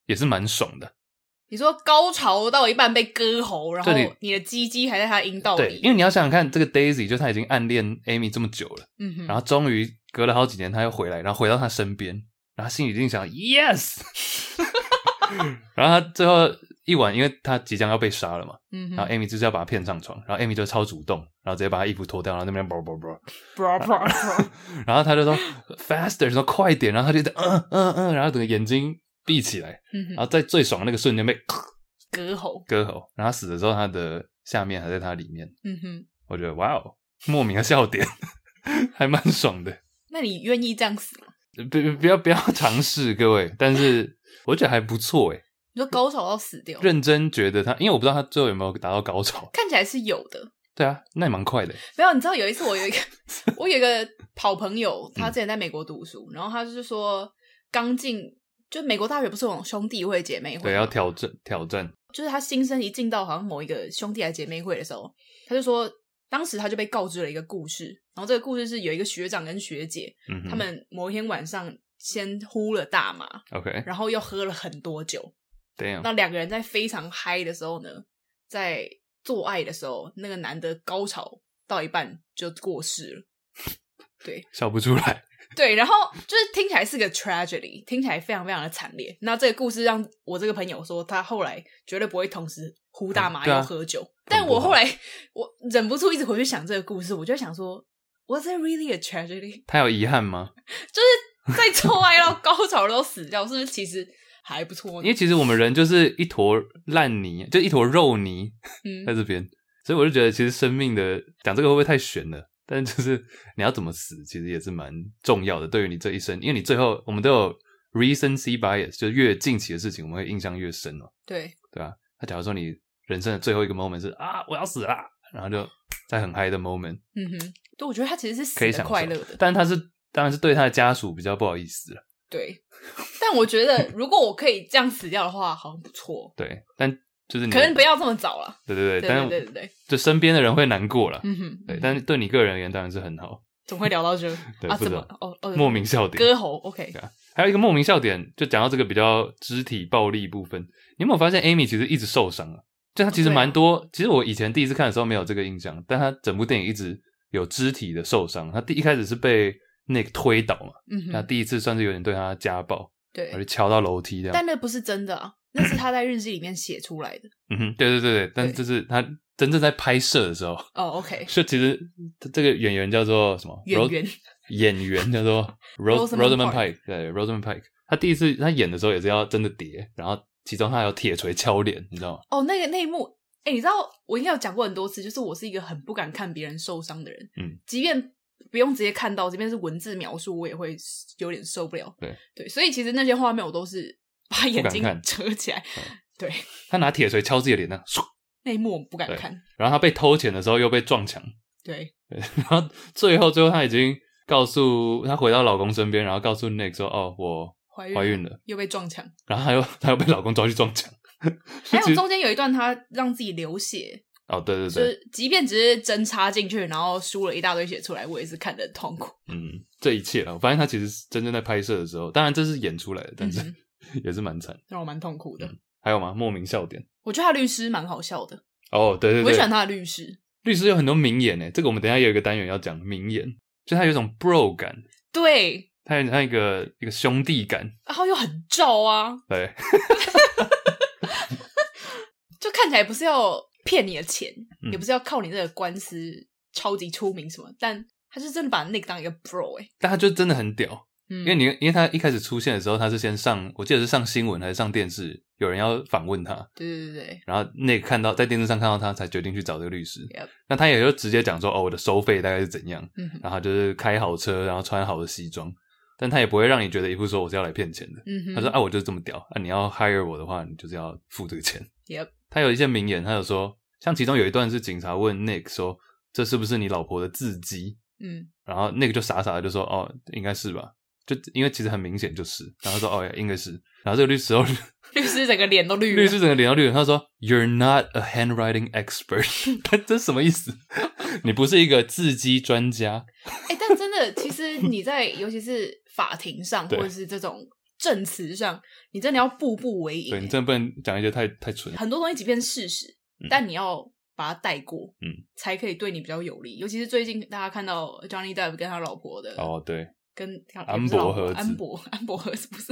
也是蛮爽的。 你说高潮到一半被割喉，然后你的鸡鸡还在他阴道里。 对，因为你要想想看，这个 Daisy 就他已经暗恋 Amy 这么久了， 嗯哼， 然后终于隔了好几年他又回来，然后回到他身边，然后心里一定想 yes 然后他最后一晚因为他即将要被杀了嘛，嗯哼，然后 Amy 就是要把他骗上床，然后 Amy 就超主动，然后直接把他衣服脱掉，然后那边 bro bro bro bro bro bro 然后他就说 faster 说快点，然后他就嗯嗯嗯，然后整个眼睛闭起来，嗯、然后在最爽的那个瞬间被割喉割喉，然后死的时候他的下面还在他里面， 嗯哼， 我觉得哇哦，莫名的笑点还蛮爽的。 那你愿意这样死吗？ 不不要不要尝试各位，但是我觉得还不错诶。 你说高潮到死掉？ 认真觉得他，因为我不知道他最后有没有达到高潮， 看起来是有的。 对啊，那也蛮快的。 没有，你知道有一次我有一个我有一个好朋友，他之前在美国读书，嗯、然后他就是说刚进就美国大学不是有兄弟会姐妹会， 对，要挑战挑战。 就是他新生一进到好像某一个兄弟还姐妹会的时候，他就说当时他就被告知了一个故事，然后这个故事是有一个学长跟学姐，嗯、他们某一天晚上先呼了大麻 ，OK， 然后又喝了很多酒， 对， 那两个人在非常嗨的时候呢，在做爱的时候，那个男的高潮到一半就过世了，对， 笑不出来。 对，然后就是听起来是个 tragedy， 听起来非常非常的惨烈。那这个故事让我这个朋友说，他后来绝对不会同时呼大麻又喝酒。嗯啊、但我后来我忍不住一直回去想这个故事，我就在想说 ，Was it really a tragedy？ 他有遗憾吗？ 就是在做爱到高潮都死掉，是不是其实还不错呢？ 因为其实我们人就是一坨烂泥，就一坨肉泥在这边，嗯、所以我就觉得其实生命的讲这个会不会太悬了？但就是你要怎么死，其实也是蛮重要的，对于你这一生，因为你最后我们都有 recency bias， 就越近期的事情，我们会印象越深哦。 对， 对吧？那假如说你人生的最后一个 moment 是啊，我要死了，然后就在很嗨的 moment， 嗯哼，对，我觉得他其实是死的快乐的， 但他是当然是对他的家属比较不好意思了。 对，但我觉得如果我可以这样死掉的话，好像不错。 对，但。就是你可能不要这么早了， 对对对，但对对对对， 就身边的人会难过了， 嗯哼， 对，但是对你个人而言当然是很好。 总会聊到这对啊？怎么？哦哦， 莫名笑点， 割喉 ，OK。 对啊，还有一个莫名笑点，就讲到这个比较肢体暴力部分，你有没有发现 Amy 其实一直受伤啊？就她其实蛮多，哦啊、其实我以前第一次看的时候没有这个印象，但她整部电影一直有肢体的受伤。她第一开始是被 Nick 推倒嘛，嗯，她第一次算是有点对她家暴， 对， 而且敲到楼梯这样， 但那不是真的啊。那是他在日记里面写出来的。 嗯哼，对对对对，但是这是他真正在拍摄的时候。 哦 ，OK。 就其实这个演员叫做什么？ 演员演员叫做 Rosamund Pike， 对 ，Rosamund Pike。他第一次他演的时候也是要真的叠，然后其中他还有铁锤敲脸，你知道吗？ 哦，那个那一幕，哎，你知道我应该有讲过很多次，就是我是一个很不敢看别人受伤的人，嗯，即便不用直接看到，即便是文字描述，我也会有点受不了。 对对，所以其实那些画面我都是。把眼睛遮起来，对， 他拿铁锤敲自己的脸，那那一幕我不敢看。 然后他被偷钱的时候又被撞墙， 对对。然后最后最后他已经告诉他回到老公身边，然后告诉 Nick 说：“哦，我怀孕了，孕了又被撞墙。” 然后他又他又被老公抓去撞墙。 还有中间有一段他让自己流血。 哦，对对对， 就是即便只是针插进去，然后输了一大堆血出来，我也是看得很痛苦。 嗯，这一切啊，我发现他其实真正在拍摄的时候，当然这是演出来的，但是。嗯也是蛮惨， 让我蛮痛苦的、嗯。 还有吗？莫名笑点。 我觉得他律师蛮好笑的。 哦，对对对， 我很喜欢他的律师。 律师有很多名言诶，这个我们等一下也有一个单元要讲名言，就他有一种 bro 感， 对， 他有他一个一个兄弟感， 然后又很照啊， 对， 就看起来不是要骗你的钱、嗯，也不是要靠你这个官司超级出名什么，但他就真的把 Nick 当一个 bro 诶， 但他就真的很屌。嗯、因为你因为他一开始出现的时候，他是先上，我记得是上新闻还是上电视，有人要访问他。 对对对对。 然后那个看到在电视上看到他，才决定去找这个律师。 Yep. 那他也就直接讲说，哦，我的收费大概是怎样。嗯。然后就是开好车，然后穿好的西装，但他也不会让你觉得一副说我是要来骗钱的。嗯哼。他说啊，我就是这么屌啊，你要 hire 我的话，你就是要付这个钱。 Yep. 他有一些名言，他有说，像其中有一段是警察问 Nick 说，这是不是你老婆的字迹？嗯。然后 Nick 就傻傻的就说，哦，应该是吧。就因为其实很明显就是，然后说哦，应该是，然后这个律师哦， 律师整个脸都绿了， 律师整个脸都绿了。他说 ，You're not a handwriting expert， 这是什么意思？你不是一个字迹专家。 哎、欸，但真的，其实你在尤其是法庭上或者是这种证词上，你真的要步步为营。 对，你真的不能讲一些太太蠢。 很多东西即便是事实， 嗯、 但你要把它带过， 嗯， 才可以对你比较有利。尤其是最近大家看到 Johnny Depp 跟他老婆的哦，对， 跟安博盒子， 安博安博盒子不是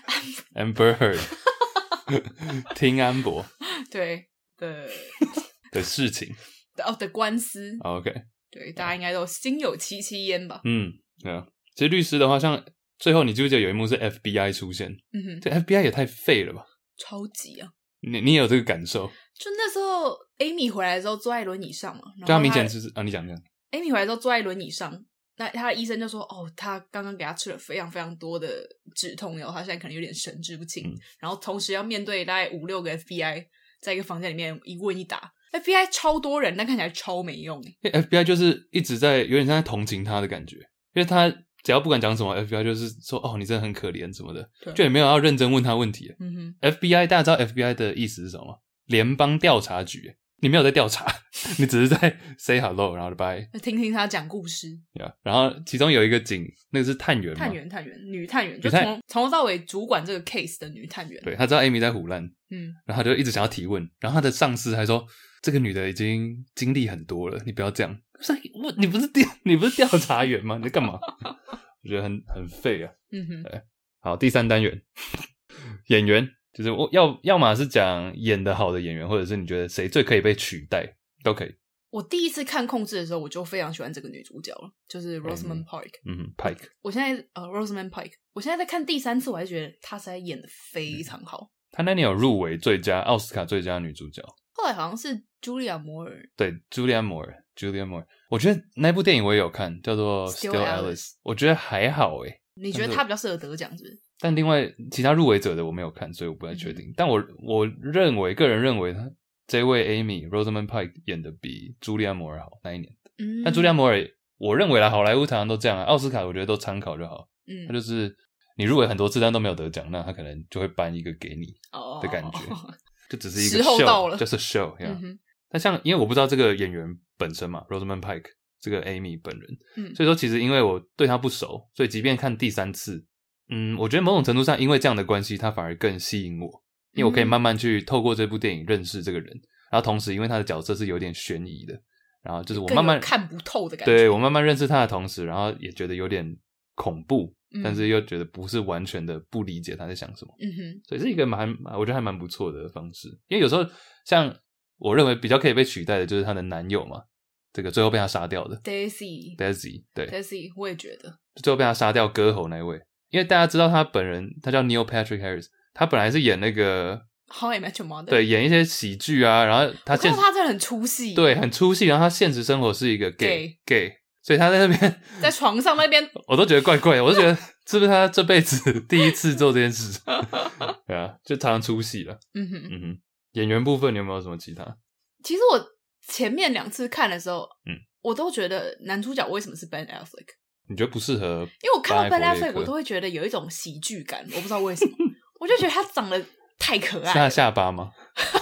Amber Heard 听安博对的的事情哦的官司、 哦、OK， 对，大家应该都心有戚戚焉吧？ 嗯，对啊。其实律师的话，像最后你记不记得有一幕是 F B I 出现？ 嗯哼， 这 F B I 也太废了吧！ 超级啊！ 你你也有这个感受？ 就那时候 Amy 回来的时候坐在轮椅上嘛， 就他明显是啊，你讲讲。 Amy 回来之后坐在轮椅上，那他的医生就说：“哦，他刚刚给他吃了非常非常多的止痛药，他现在可能有点神志不清。嗯”然后同时要面对大概五六个 F B I 在一个房间里面一问一答 ，F B I 超多人，但看起来超没用。 F B I 就是一直在有点像在同情他的感觉，因为他只要不管讲什么 ，F B I 就是说：“哦，你真的很可怜什么的。”就也没有要认真问他问题。 嗯哼 ，F B I 大家知道 F B I 的意思是什么吗？联邦调查局。你没有在调查，你只是在 say hello， 然后就拜， 听听他讲故事。 Yeah, 然后其中有一个警，那个是探员嘛， 探员，探员，女探员，就从从头到尾主管这个 case 的女探员。 对，他知道 Amy 在唬烂， 嗯， 然后他就一直想要提问，然后他的上司还说：“这个女的已经经历很多了，你不要这样。”我你不是调，你不是调查员吗？你在干嘛？我觉得很很废啊。 嗯哼， 对，好，第三单元，演员。就是我要要么是讲演得好的演员，或者是你觉得谁最可以被取代，都可以。 我第一次看《控制》的时候，我就非常喜欢这个女主角了，就是 Rosamund Pike。 嗯哼 ，Pike。 我现在呃 Rosamund Pike， 我现在在看第三次，我还觉得她实在演得非常好。 她那年有入围最佳奥斯卡最佳女主角， 后来好像是茱莉亚·摩尔。 对，茱莉亚·摩尔 ，Julia Moore。我觉得那部电影我也有看，叫做 Still Alice， 我觉得还好诶。 你觉得她比较适合得奖是不是？ 但另外其他入围者的我没有看，所以我不太确定。嗯、但我我认为个人认为，他这位 Amy Rosamund Pike 演的比茱莉亚·摩尔好那一年。嗯，但茱莉亚·摩尔，我认为啦，好莱坞常常都这样啊，奥斯卡我觉得都参考就好。嗯，他就是你入围很多次但都没有得奖，那他可能就会颁一个给你的感觉，哦、就只是一个 show， 时候到了就是 show 呀。嗯、但像因为我不知道这个演员本身嘛 ，Rosamund Pike 这个 Amy 本人，嗯，所以说其实因为我对他不熟，所以即便看第三次。嗯，我觉得某种程度上，因为这样的关系，他反而更吸引我，因为我可以慢慢去透过这部电影认识这个人，然后同时因为他的角色是有点悬疑的，然后就是我慢慢看不透的感觉。 对，我慢慢认识他的同时，然后也觉得有点恐怖，嗯、但是又觉得不是完全的不理解他在想什么。嗯哼，所以是一个蛮，我觉得还蛮不错的方式。因为有时候像我认为比较可以被取代的就是他的男友嘛，这个最后被他杀掉的 Daisy Daisy 对 Daisy 我也觉得最后被他杀掉割喉那一位。因为大家知道他本人，他叫 Neil Patrick Harris， 他本来是演那个 How I Met Your Mother， 对，演一些喜剧啊，然后他现实他真的很出戏， 对，很出戏，然后他现实生活是一个 gay gay，, gay 所以他在那边在床上那边， 我都觉得怪怪的，我就觉得是不是他这辈子第一次做这件事？对啊，就常常出戏了。嗯哼嗯哼，演员部分你有没有什么其他？ 其实我前面两次看的时候，嗯，我都觉得男主角为什么是 Ben Affleck？ 你觉得不适合？ 因为我看到 Ben Affleck 我都会觉得有一种喜剧感，我不知道为什么，我就觉得他长得太可爱了。 是他下巴吗？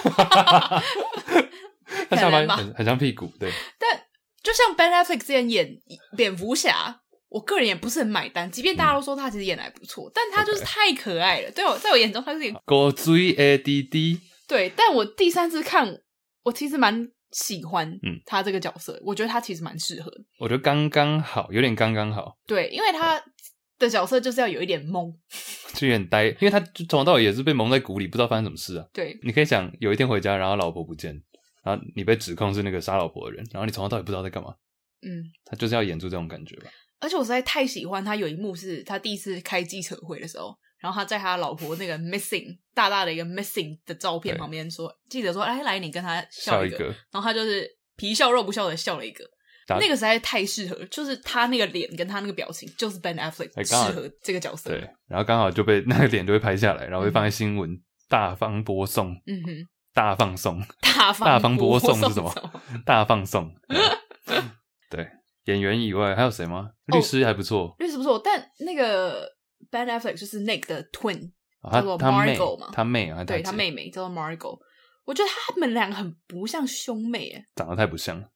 他下巴很很像屁股，对。 但就像 Ben Affleck 之前演蝙蝠侠，我个人也不是很买单，即便大家都说他其实演得还不错，嗯、但他就是太可爱了。对我，在我眼中他是演狗追 A D D。 对，但我第三次看，我其实蛮喜欢他这个角色，嗯、我觉得他其实蛮适合的。 我觉得刚刚好，有点刚刚好。 对，因为他的角色就是要有一点懵， 就有点呆，因为他从头到尾也是被蒙在鼓里，不知道发生什么事啊。 对， 你可以想，有一天回家，然后老婆不见，然后你被指控是那个杀老婆的人，然后你从头到尾不知道在干嘛。嗯，他就是要演出这种感觉吧。 而且我实在太喜欢他有一幕是他第一次开记者会的时候。然后他在他老婆那个 missing 大大的一个 missing 的照片旁边说，记者说来来你跟他笑一个， 笑一个然后他就是皮笑肉不笑的笑了一个，那个实在太适合，就是他那个脸跟他那个表情就是 Ben Affleck 适合这个角色。 对，然后刚好就被那个脸就会拍下来，然后会放在新闻、嗯、大方播送，嗯哼，大放送， 大放大方播送是什么？大放送。对，演员以外还有谁吗？律师还不错， 哦、律师不错，但那个。Ben Affleck 就是 Nick 的 twin，、 哦、 叫做 Margot 嘛， 他妹啊， 对他妹妹叫做 Margot。我觉得他们两个很不像兄妹耶， 长得太不像。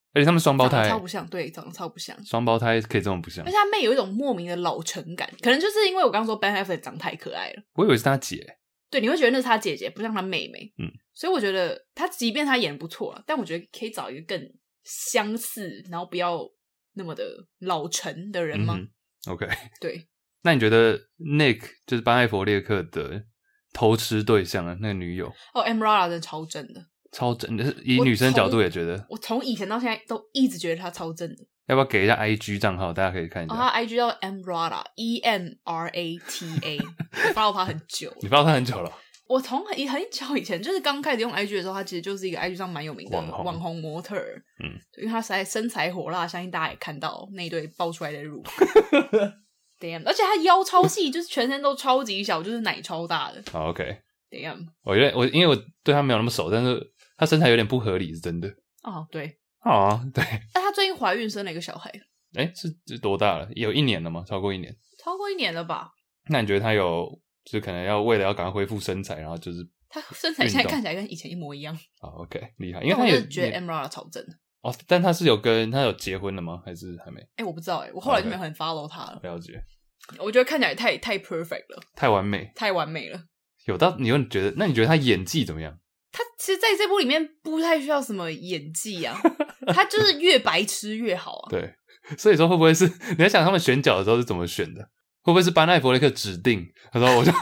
而且他们双胞胎超不像，对，长得超不像， 双胞胎可以这么不像， 而且他妹有一种莫名的老成感，可能就是因为我刚刚说 Ben Affleck 长太可爱了， 我以为是他姐， 对，你会觉得那是他姐姐，不像他妹妹， 嗯， 所以我觉得他即便他演不错了，但我觉得可以找一个更相似，然后不要那么的老成的人吗、 嗯、？OK， 对， 那你觉得 Nick 就是班艾佛列克的偷吃对象啊，那个女友哦 ，Emrata 真的超正的。 超正的，以女生角度也觉得， 我从以前到现在都一直觉得她超正的。 要不要给一下 I G 账号，大家可以看一下？ 哦，她 I G 叫 Emrata E M R A T A， 我 follow 她很久。 你 follow 她很久了？ 我从很很久以前，就是刚开始用 I G 的时候，她其实就是一个 I G 上蛮有名的网红网红模特儿。 嗯， 因为她实在身材火辣，相信大家也看到那一对爆出来的乳。Damn， 而且她腰超细，就是全身都超级小，就是奶超大的。 好 ，OK。Damn， 我觉得我因为我对她没有那么熟，但是她身材有点不合理，是真的。 哦，对。 啊，对。 但她最近怀孕生了一个小孩。 哎，是是多大了？有一年了吗？超过一年？ 超过一年了吧？ 那你觉得她有，就是可能要为了要赶快恢复身材，然后就是她身材现在看起来跟以前一模一样。 好 ，OK， 厉害。因为她也觉得 Emrata 超正的。 哦，但她是有跟她有结婚了吗？还是还没？ 哎，我不知道哎，我后来就没有很 follow 她了。 了解。 我觉得看起来太太 perfect 了， 太完美， 太完美了。 有到你会觉得，那你觉得她演技怎么样？ 她其实在这部里面不太需要什么演技啊，她就是越白痴越好啊。 对，所以说会不会是你在想他们选角的时候是怎么选的？会不会是班艾佛雷克指定？他说我就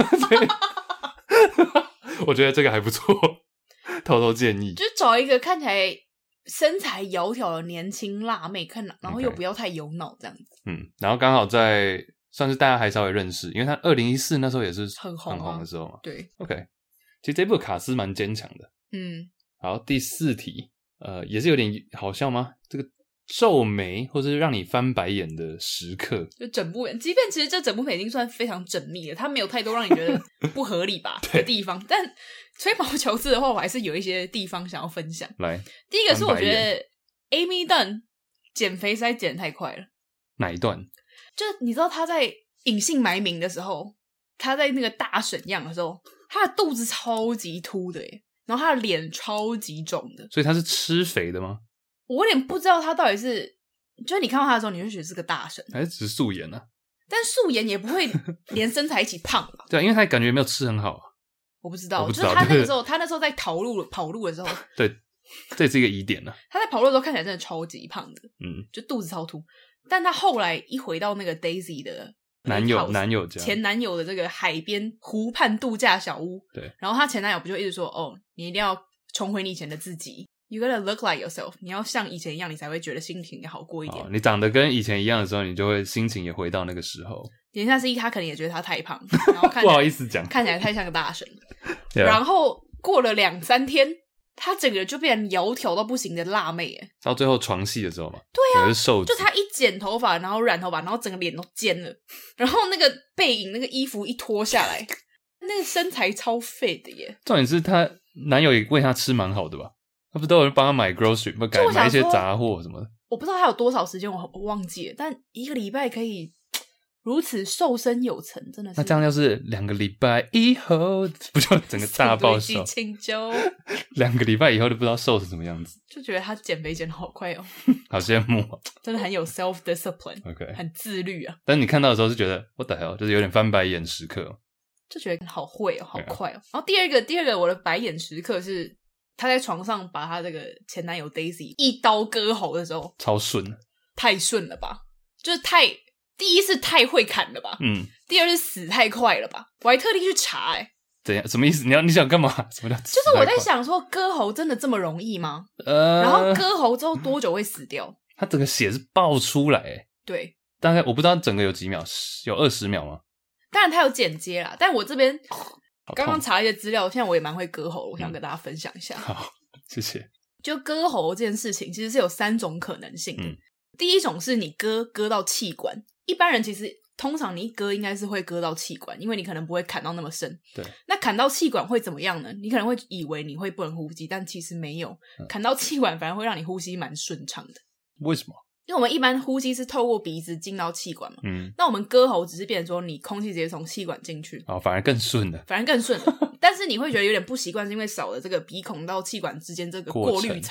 我觉得这个还不错，偷偷建议， 就是找一个看起来身材窈窕的年轻辣妹，看，然后又不要太有脑这样子。 Okay. 嗯，然后刚好在算是大家还稍微认识，因为他二零一四那时候也是很红、啊、 很红的时候嘛。 对 ，OK， 其实这部卡斯蛮坚强的。 嗯， 好，第四题，呃，也是有点好笑吗？这个皱眉或者是让你翻白眼的时刻， 就整部，即便其实这整部片已经算非常缜密了，它没有太多让你觉得不合理吧的地方，但吹毛求疵的话，我还是有一些地方想要分享。 来， 第一个是我觉得 Amy Dunn 减肥实在减得太快了。 哪一段？ 就你知道她在隐姓埋名的时候，她在那个大沈样的时候，她的肚子超级凸的耶，然后她的脸超级肿的， 所以她是吃肥的吗？ 我有点不知道她到底是，就是你看到她的时候，你就觉得是个大神， 还是只是素颜啊？ 但素颜也不会连身材一起胖吧？ 对啊，因为她感觉没有吃很好啊。 我不知道， 我不知道就是她那个时候，她那时候在跑路跑路的时候， 对，这也是一个疑点呢、啊。 她在跑路的时候看起来真的超级胖的， 嗯， 就肚子超凸。但她后来一回到那个 Daisy 的男友男友家前男友的这个海边湖畔度假小屋， 对，然后她前男友不就一直说，哦，你一定要重回你以前的自己。You gotta look like yourself， 你要像以前一样，你才会觉得心情也好过一点。 哦、你长得跟以前一样的时候，你就会心情也回到那个时候。 言下之意，他可能也觉得他太胖，然后看不好意思讲， 看起来太像个大神。 yeah. 然后过了两三天，他整个就变成窈窕到不行的辣妹耶。 到最后床戏的时候嘛， 对啊， 是瘦子， 就他一剪头发，然后染头发，然后整个脸都尖了，然后那个背影，那个衣服一脱下来，那个身材超 fit 的耶。 重点是她男友也喂她吃蛮好的吧？他不都有人帮他买 grocery， 不改买一些杂货什么的。 我不知道他有多少时间，我我忘记了。但一个礼拜可以如此瘦身有成，真的是。 那这样要是两个礼拜以后，不就整个大爆瘦？两个礼拜以后就不知道瘦成什么样子， 就觉得他减肥减得好快哦， 好羡慕哦， 真的很有 self discipline，OK， 很自律啊。 但是你看到的时候是觉得 what the hell， 就是有点翻白眼时刻， 就觉得好会哦，好快哦。然后第二个，第二个我的白眼时刻是。他在床上把他这个前男友 Daisy 一刀割喉的时候， 超顺， 太顺了吧？就是太第一是太会砍了吧？ 嗯， 第二是死太快了吧？我还特地去查、欸，哎， 怎样？什么意思？你要你想干嘛？什么叫？ 就是我在想说，割喉真的这么容易吗？呃，然后割喉之后多久会死掉？ 他整个血是爆出来、欸， 对， 大概我不知道整个有几秒，有二十秒吗？ 当然他有剪接啦，但我这边。刚刚查一些资料，现在我也蛮会割喉，我想跟大家分享一下。 嗯、好，谢谢。 就割喉这件事情，其实是有三种可能性的。嗯、第一种是你割割到气管，一般人其实通常你一割应该是会割到气管，因为你可能不会砍到那么深。 对。 那砍到气管会怎么样呢？你可能会以为你会不能呼吸，但其实没有。嗯、砍到气管反而会让你呼吸蛮顺畅的。 为什么？ 因为我们一般呼吸是透过鼻子进到气管嘛， 嗯， 那我们割喉只是变成说你空气直接从气管进去， 哦，反而更顺了， 反而更顺了。但是你会觉得有点不习惯，是因为少了这个鼻孔到气管之间这个过滤层，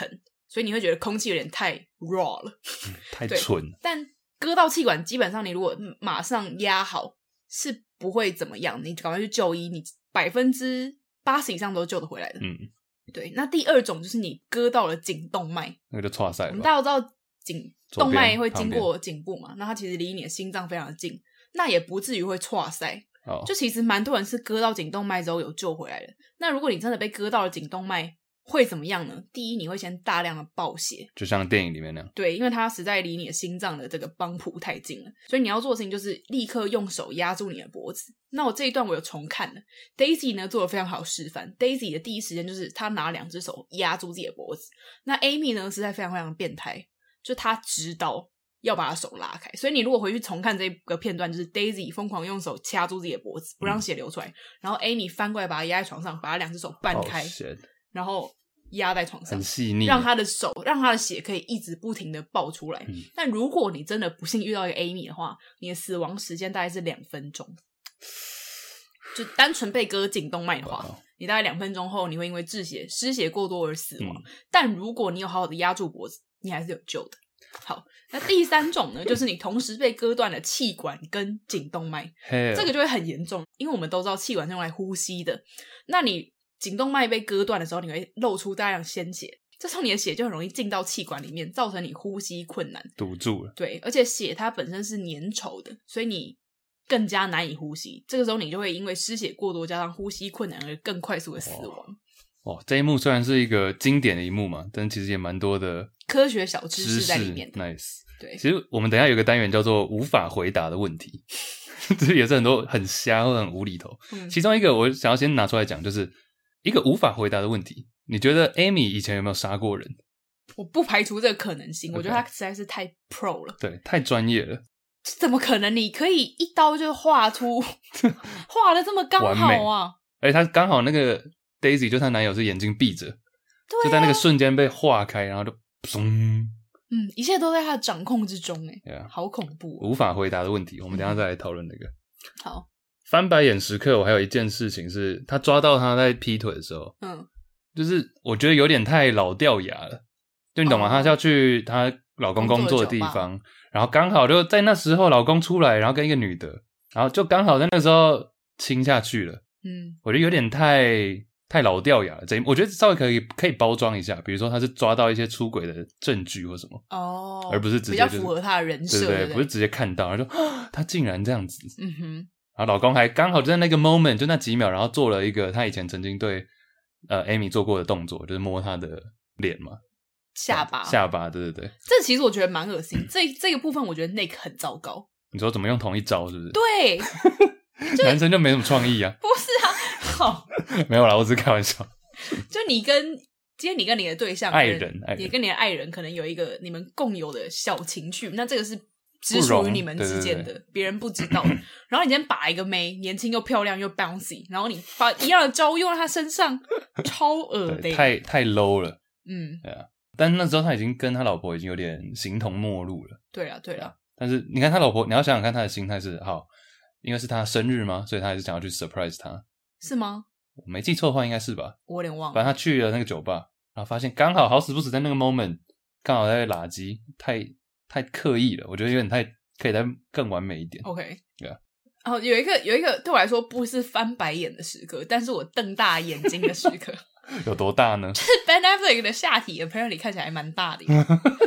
所以你会觉得空气有点太 raw 了， 嗯、太纯了。 但割到气管，基本上你如果马上压好，是不会怎么样。你赶快去就医，你百分之八十以上都救得回来的。 嗯， 对。那第二种就是你割到了颈动脉， 那个就挫赛了。 我们大家都知道颈动脉会经过颈部嘛，那它其实离你的心脏非常的近，那也不至于会挫赛。 哦， 就其实蛮多人是割到颈动脉之后有救回来的。那如果你真的被割到了颈动脉，会怎么样呢？第一，你会先大量的爆血， 就像电影里面那样。 对，因为它实在离你的心脏的这个帮谱太近了，所以你要做的事情就是立刻用手压住你的脖子。那我这一段我有重看了 ，Daisy 呢做了非常好的示范。Daisy 的第一时间就是她拿两只手压住自己的脖子。那 Amy 呢实在非常非常变态，就她知道要把她手拉开，所以你如果回去重看这个片段，就是 Daisy 疯狂用手掐住自己的脖子，不让血流出来，嗯、然后 Amy 翻过来把她压在床上，把她两只手掰开， oh, 然后压在床上， 很细腻， 让她的手，让她的血可以一直不停的爆出来。嗯、但如果你真的不幸遇到一个 Amy 的话，你的死亡时间大概是两分钟，就单纯被割颈动脉的话， wow. 你大概两分钟后你会因为窒血、失血过多而死亡。嗯、但如果你有好好的压住脖子，你还是有救的。好，那第三种呢，就是你同时被割断了气管跟颈动脉，这个就会很严重，因为我们都知道气管是用来呼吸的。那你颈动脉被割断的时候，你会漏出大量鲜血，这时候你的血就很容易进到气管里面，造成你呼吸困难， 堵住了。对， 而且血它本身是粘稠的，所以你更加难以呼吸。这个时候你就会因为失血过多加上呼吸困难而更快速的死亡。 哦，这一幕虽然是一个经典的一幕嘛，但其实也蛮多的科学小知识在里面的。 Nice。 对， 其实我们等一下有一个单元叫做无法回答的问题，这也是很多很瞎或很无厘头。嗯、其中一个我想要先拿出来讲，就是一个无法回答的问题，你觉得 Amy 以前有没有杀过人？ 我不排除这个可能性， okay. 我觉得他实在是太 pro 了， 对，太专业了。 怎么可能你可以一刀就画出画的这么刚好啊？ 而且他刚好那个 Daisy 就她男友是眼睛闭着， 对、啊， 就在那个瞬间被化开，然后就砰。 嗯，一切都在他的掌控之中，哎， 对啊， 好恐怖、哦， 无法回答的问题，我们等一下再来讨论那个。 好， 翻白眼时刻，我还有一件事情是，他抓到他在劈腿的时候，嗯，就是我觉得有点太老掉牙了，就你懂吗？哦、他是要去她老公工作的地方，然后刚好就在那时候老公出来，然后跟一个女的，然后就刚好在那时候亲下去了，嗯，我觉得有点太。太老掉牙了，这我觉得稍微可以可以包装一下，比如说他是抓到一些出轨的证据或什么哦，而不是直接、就是、 比较符合他的人设， 对对对，不是直接看到然后说、啊、他竟然这样子，嗯哼，然后老公还刚好就在那个 moment 就那几秒，然后做了一个他以前曾经对呃 Amy 做过的动作，就是摸他的脸嘛， 下巴下巴，对对对， 这其实我觉得蛮恶心，这这个部分我觉得 Nick 很糟糕。 你说怎么用同一招是不是？ 对， 男生就没什么创意啊， 不是啊。好没有啦，我只是开玩笑。 就你跟今天你跟你的对象爱人，爱人也跟你的爱人可能有一个你们共有的小情趣，那这个是只属于你们之间的，别人不知道。然后你今天把一个妹年轻又漂亮又 bouncy， 然后你把一样的招用在她身上，超恶的， 太太 low 了。嗯，对啊。但那时候他已经跟他老婆已经有点形同陌路了。 对啊，对啊。 但是你看他老婆，你要想想看他的心态是好，因为是他生日嘛，所以他还是想要去 surprise 他。 是吗？ 我没记错的话应该是吧， 我有点忘了。 反正他去了那个酒吧，然后发现刚好好死不死在那个 moment 刚好在垃圾，太太刻意了，我觉得有点太可以再更完美一点。 OK， 对啊。 然后有一个有一个对我来说不是翻白眼的时刻，但是我瞪大眼睛的时刻。 有多大呢？ 就是 Ben Affleck 的下体 apparently 看起来还蛮大的。因为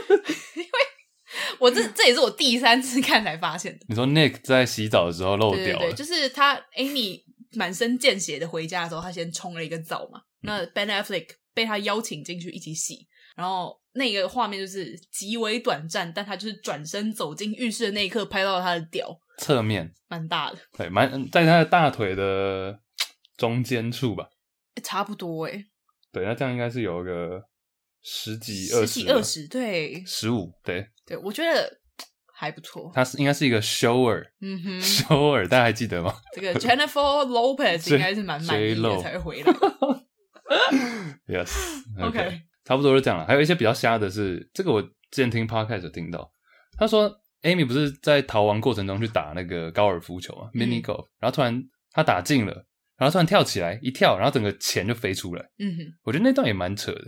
我这这也是我第三次看才发现的。 你说 Nick 在洗澡的时候漏掉了？ 对对对，就是他 Amy 满身见血的回家的时候，他先冲了一个澡嘛。嗯、那 Ben Affleck 被他邀请进去一起洗，然后那个画面就是极为短暂，但他就是转身走进浴室的那一刻拍到了他的屌侧面， 蛮大的， 对，蛮在他的大腿的中间处吧， 欸、差不多哎、欸。 对，那这样应该是有个十几二十， 十几二十，对， 十五，对对，我觉得还不错。 他是应该是一一个 shower， 嗯哼 ，shower， 大家还记得吗？ 这个 Jennifer Lopez 应该是蛮满意的才会回来。 Yes，OK，、 okay. okay. 差不多就这样了。还有一些比较瞎的是，这个我之前听 podcast 有听到，他说 Amy 不是在逃亡过程中去打那个高尔夫球嘛、嗯、，mini golf， 然后突然他打进了。然后突然跳起来，一跳，然后整个钱就飞出来。嗯哼，我觉得那段也蛮扯的。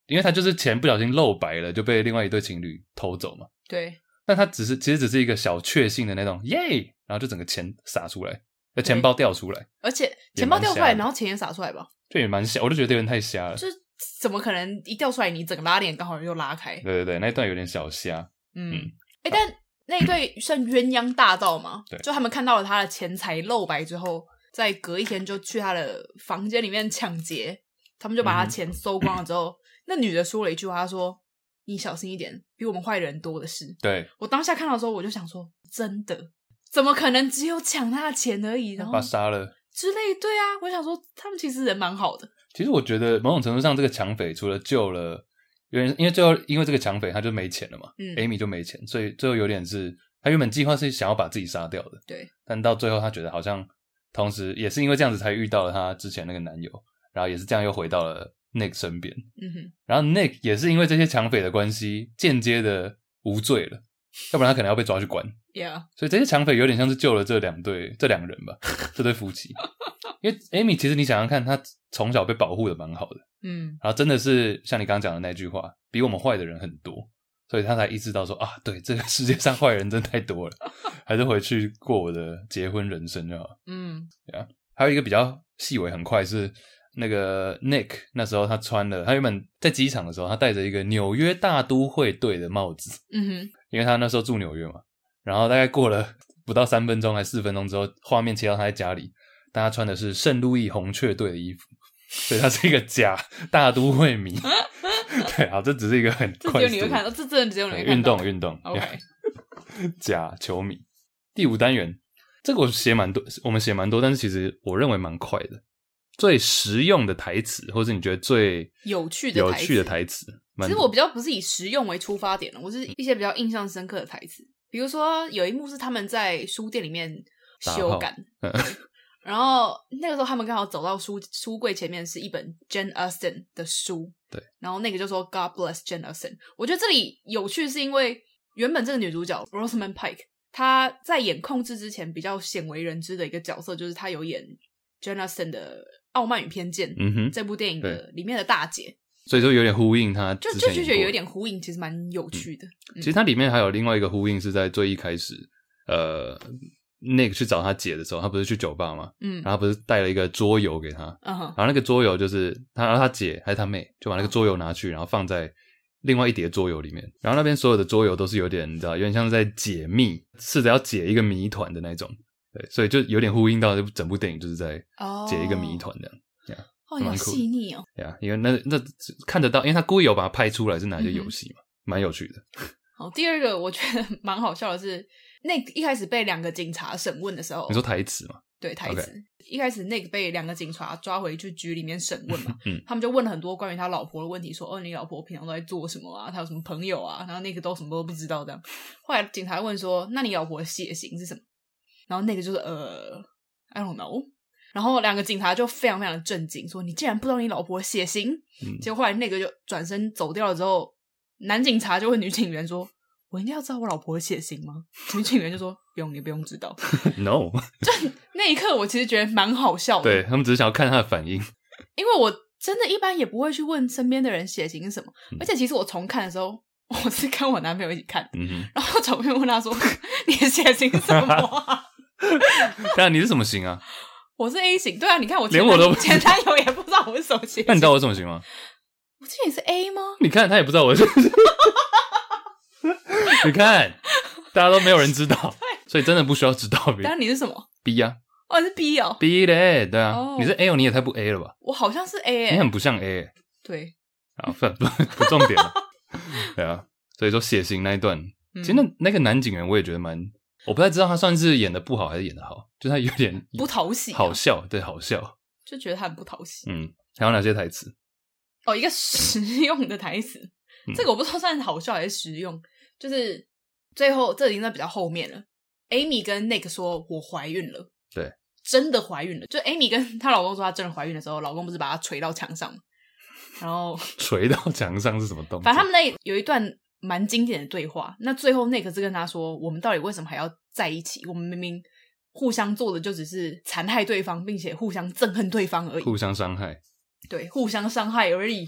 因为他就是钱不小心露白了，就被另外一对情侣偷走嘛。 对， 但他只是其实只是一个小确幸的那种耶，然后就整个钱撒出来，钱包掉出来， 而且钱包掉出来，然后钱也撒出来吧， 就也蛮瞎，我就觉得有点太瞎了。 就是怎么可能一掉出来，你整个拉链刚好又拉开？ 对对对，那一段有点小瞎。 嗯，哎、欸，但那一对算鸳鸯大盗嘛？ 对， 就他们看到了他的钱财露白之后，再隔一天就去他的房间里面抢劫，他们就把他钱搜光了之后，嗯、那女的说了一句话，她说：“你小心一点，比我们坏人多的是。” 对， 我当下看到的时候，我就想说，真的，怎么可能只有抢他的钱而已，然后把他杀了之类？对啊，我想说，他们其实人蛮好的。 其实我觉得某种程度上，这个抢匪除了救了，因为因为最后因为这个抢匪他就没钱了嘛，嗯 ，Amy 就没钱，所以最后有点是他原本计划是想要把自己杀掉的， 对， 但到最后他觉得好像同时也是因为这样子才遇到了他之前那个男友，然后也是这样又回到了 Nick 身边，嗯哼，然后 Nick 也是因为这些抢匪的关系间接的无罪了，要不然他可能要被抓去关 ，Yeah， 所以这些抢匪有点像是救了这两对这两个人吧，这对夫妻。因为 Amy 其实你想想看，她从小被保护的蛮好的，嗯，然后真的是像你刚刚讲的那句话，比我们坏的人很多，所以她才意识到说啊，对，这个世界上坏人真的太多了，还是回去过我的结婚人生就好。嗯，对啊。还有一个比较细微很快是那个 Nick 那时候他穿了，他原本在机场的时候，他戴着一个纽约大都会队的帽子，嗯哼，因为他那时候住纽约嘛，然后大概过了不到三分钟还四分钟之后，画面切到他在家里。但他穿的是圣路易红雀队的衣服，所以他是一个假大都会迷。对，好，这只是一个很快速的，这只有你会看到，这真的只有你会看到。运动运动 ，OK， 假球迷。第五单元，这个我写蛮多，我们写蛮多，但是其实我认为蛮快的。最实用的台词，或是你觉得最有趣的有趣的台词， 其实我比较不是以实用为出发点了，我是一些比较印象深刻的台词。比如说有一幕是他们在书店里面修改。然后那个时候他们刚好走到书书柜前面是一本 Jane Austen 的书， 对， 然后那个就说 God bless Jane Austen。我觉得这里有趣是因为原本这个女主角 Rosamund Pike 她在演控制之前比较鲜为人知的一个角色，就是她有演 Jane Austen 的《傲慢与偏见》嗯哼这部电影的里面的大姐， 所以说有点呼应她就就就觉得有点呼应，其实蛮有趣的。 嗯嗯、其实它里面还有另外一个呼应是在最一开始，呃。Nick 去找他姐的时候，他不是去酒吧吗？嗯，然后不是带了一个桌游给他，嗯、uh-huh. 然后那个桌游就是他，然后他姐还是他妹就把那个桌游拿去，然后放在另外一叠桌游里面，然后那边所有的桌游都是有点，你知道，有点像是在解密，试着要解一个谜团的那种，对，所以就有点呼应到整部电影就是在解一个谜团这样，这样、 oh. 哦，好细腻哦， 对啊，因为那那看得到，因为他故意有把它拍出来是哪一个游戏嘛，蛮、嗯、有趣的。 好，第二个我觉得蛮好笑的是。Nick 一开始被两个警察审问的时候， 你说台词吗？ 对，台词。Okay. 一开始 Nick 被两个警察抓回去局里面审问嘛，嗯，他们就问了很多关于他老婆的问题，说哦，你老婆平常都在做什么啊？他有什么朋友啊？然后 Nick 都什么都不知道这样。后来警察问说，那你老婆的血型是什么？然后 Nick 就是呃 I don't know。然后两个警察就非常非常的震惊，说你竟然不知道你老婆的血型？嗯、结果后来 Nick 就转身走掉了之后，男警察就问女警员说。我一定要知道我老婆的血型吗？女警员就说不用，你不用知道。 No， 就那一刻我其实觉得蛮好笑的。 对，他们只是想要看他的反应， 因为我真的一般也不会去问身边的人血型是什么，嗯、而且其实我重看的时候，我是跟我男朋友一起看，嗯、哼然后找朋友问他说你的血型是什么、啊？ 当然你是什么型啊？ 我是 A 型。对啊，你看我连我都不前男友也不知道我是什么型。 那你知道我是什么型吗？ 我之前也是 A 吗？ 你看他也不知道我是什么型。你看，大家都没有人知道，所以真的不需要知道。 但你是什么 ？B 啊， 哦，你是 B 哦 ，B 嘞，对啊， oh. 你是 A 哦，你也太不 A 了吧？ 我好像是 A， 欸、你很不像 A， 欸、 对， 啊，不不不重点了，对啊，所以说血型那一段，嗯、其实那那个男警员我也觉得蛮，我不太知道他算是演的不好还是演的好，就他有点不讨喜、啊， 好笑，对，好笑， 就觉得他很不讨喜。 嗯，还有哪些台词？ 哦，一个实用的台词，嗯、这个我不知道算是好笑还是实用。就是最后这已经在比较后面了 Amy 跟 Nick 说我怀孕了， 对， 真的怀孕了。就 Amy 跟她老公说她真的怀孕的时候，老公不是把她捶到墙上，然后捶到墙上是什么动作？ 反正他们那有一段蛮经典的对话，那最后 Nick 是跟他说我们到底为什么还要在一起，我们明明互相做的就只是残害对方并且互相憎恨对方而已， 互相伤害， 对，互相伤害而已。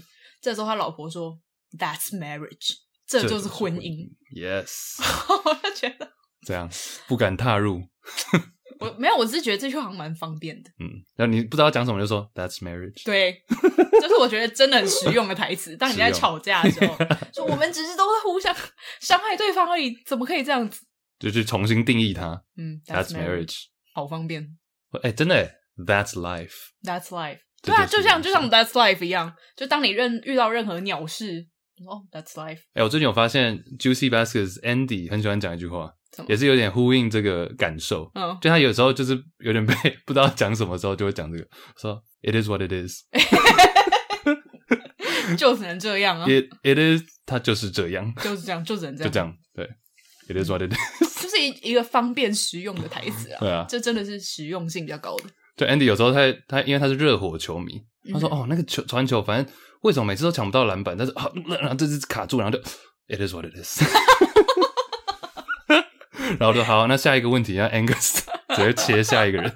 这时候他老婆说 That's marriage， 这就是婚姻。 Yes 我就觉得这样不敢踏入我没有，我只是觉得这句话好像蛮方便的。 嗯，然后你不知道讲什么就说 That's marriage。 对，就是我觉得真的很实用的台词。当你在吵架的时候说我们只是都在互相伤害对方而已，怎么可以这样子， 就去重新定义它。 嗯 That's, That's marriage， marriage， 好方便。 哎，真的耶 That's life， That's life， 对啊，就像就像 That's life 一样，就当你任遇到任何鸟事，哦 That's life。 哎，我最近有发现 Juicy Baskets Andy 很喜欢讲一句话，也是有点呼应这个感受。 嗯， 就他有时候就是有点被不知道讲什么时候就会讲这个，说 It is what it is 就只能这样啊。 It, it is 它就是这样， 就是这样，就只能这样， 就这样。对 It is what it is 就是一一个方便实用的台词啊。 对啊， 这真的是实用性比较高的。 就 Andy 有时候他他因为他是热火球迷，他说、 嗯、 哦那个球传球反正为什么每次都抢不到篮板，但是啊然后这次卡住，然后就 It is what it is 然后就好，那下一个问题让 Angus 直接切下一个人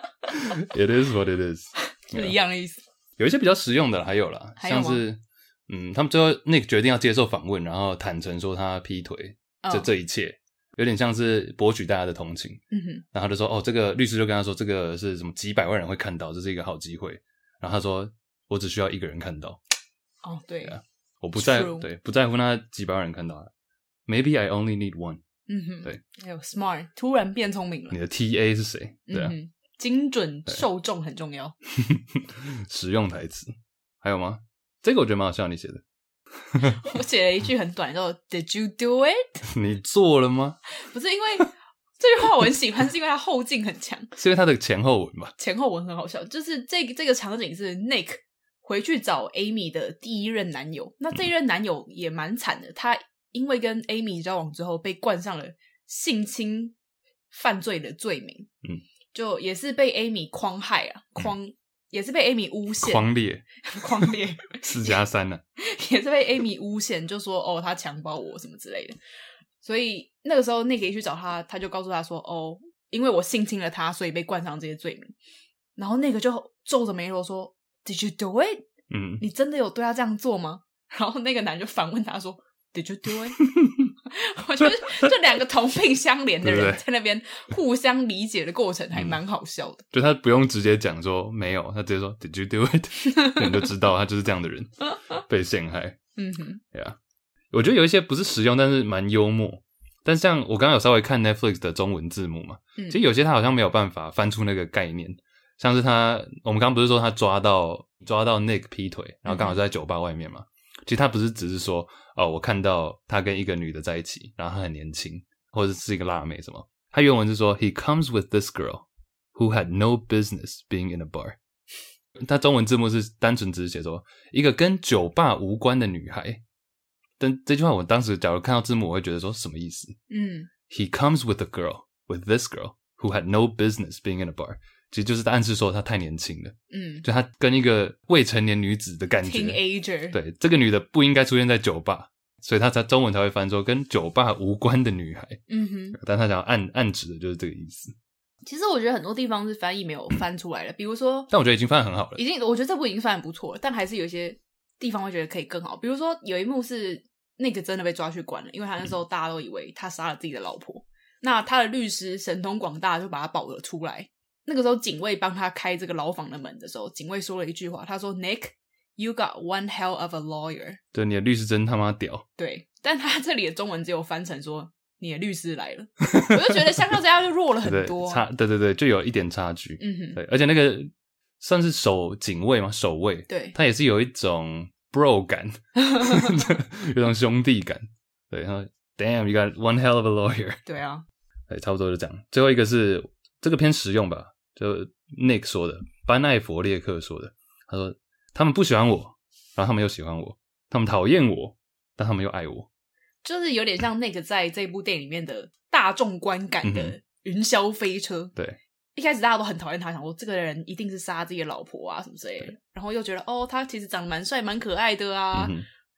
It is what it is 就是一样的意思。 有一些比较实用的还有啦， 还有像是嗯，他们最后 Nick 决定要接受访问，然后坦诚说他劈腿，这、 哦、 这一切有点像是博取大家的同情。 嗯哼， 然后他就说哦，这个律师就跟他说这个是什么几百万人会看到，这是一个好机会。然后他说我只需要一个人看到。 哦，对啊， 我不在 True. 对不在乎那几百万人看到 Maybe I only need one。 嗯哼， 对， 还有 smart 突然变聪明了。 你的 T A 是谁？对啊、 嗯、精准受众很重要。 实用台词还有吗？这个我觉得蛮好笑，你写的。 我写了一句很短，叫 Did you do it？ 你做了吗？ 不是因为这句话我很喜欢，是因为它后劲很强， 是因为它的前后文吧？ 前后文很好笑。就是这个这个场景是 Nick 回去找 Amy 的第一任男友，那这一任男友也蛮惨的，他因为跟 Amy 交往之后被冠上了性侵犯罪的罪名， 嗯， 就也是被 Amy 诓害啊，诓、嗯、也是被 Amy 诬陷， 狂烈， 狂烈， 四加三呢， 也是被 Amy 诬陷，就说哦他强暴我什么之类的。所以那个时候 Nick 一去找他，他就告诉他说哦，因为我性侵了他，所以被冠上这些罪名。然后那个就皱着眉头说 Did you do it？ 嗯， 你真的有对他这样做吗？然后那个男就反问他说 Did you do it？ 我觉得这两个同病相怜的人在那边互相理解的过程还蛮好笑的。 嗯、就他不用直接讲说没有，他直接说 Did you do it？ 你就知道他就是这样的人被陷害。 嗯哼， 对啊，我觉得有一些不是实用，但是蛮幽默。但像我刚刚有稍微看 Netflix 的中文字幕嘛，嗯、其实有些他好像没有办法翻出那个概念。像是他，我们刚刚不是说他抓到抓到 Nick 劈腿，然后刚好在酒吧外面嘛。嗯、其实他不是只是说哦，我看到他跟一个女的在一起，然后他很年轻，或者是一个辣妹什么。他原文是说 He comes with this girl who had no business being in a bar。他中文字幕是单纯只是写说一个跟酒吧无关的女孩。但这句话我当时假如看到字幕，我会觉得说什么意思？嗯 ，He comes with a girl with this girl who had no business being in a bar。其实就是暗示说她太年轻了，嗯，就她跟一个未成年女子的感觉 ，teenager， 对，这个女的不应该出现在酒吧，所以她才中文才会翻说跟酒吧无关的女孩，嗯哼，但她想要暗暗指的就是这个意思。 其实我觉得很多地方是翻译没有翻出来的，比如说， 但我觉得已经翻得很好了， 已经，我觉得这部已经翻得不错了，但还是有一些地方会觉得可以更好，比如说有一幕是那个真的被抓去关了，因为他那时候大家都以为他杀了自己的老婆，嗯、那他的律师神通广大就把他保了出来。那个时候警卫帮他开这个牢房的门的时候，警卫说了一句话，他说 Nick you got one hell of a lawyer。 对，你的律师真他妈屌。 对，但他这里的中文只有翻成说你的律师来了。我就觉得相较之下就弱了很多、啊、 对, 差对对对，就有一点差距。嗯哼，对，而且那个算是守警卫嘛，守卫，对，他也是有一种 bro 感有一种兄弟感。对，他说 damn you got one hell of a lawyer。 对啊， 对，差不多就这样。最后一个是这个偏实用吧，就 Nick 说的，班艾佛列克说的，他说他们不喜欢我，然后他们又喜欢我，他们讨厌我，但他们又爱我， 就是有点像 Nick 在这部电影里面的大众观感的云霄飞车、嗯、对，一开始大家都很讨厌他，想说这个人一定是杀自己的老婆啊什么之类的、嗯、然后又觉得哦他其实长得蛮帅蛮可爱的啊、嗯、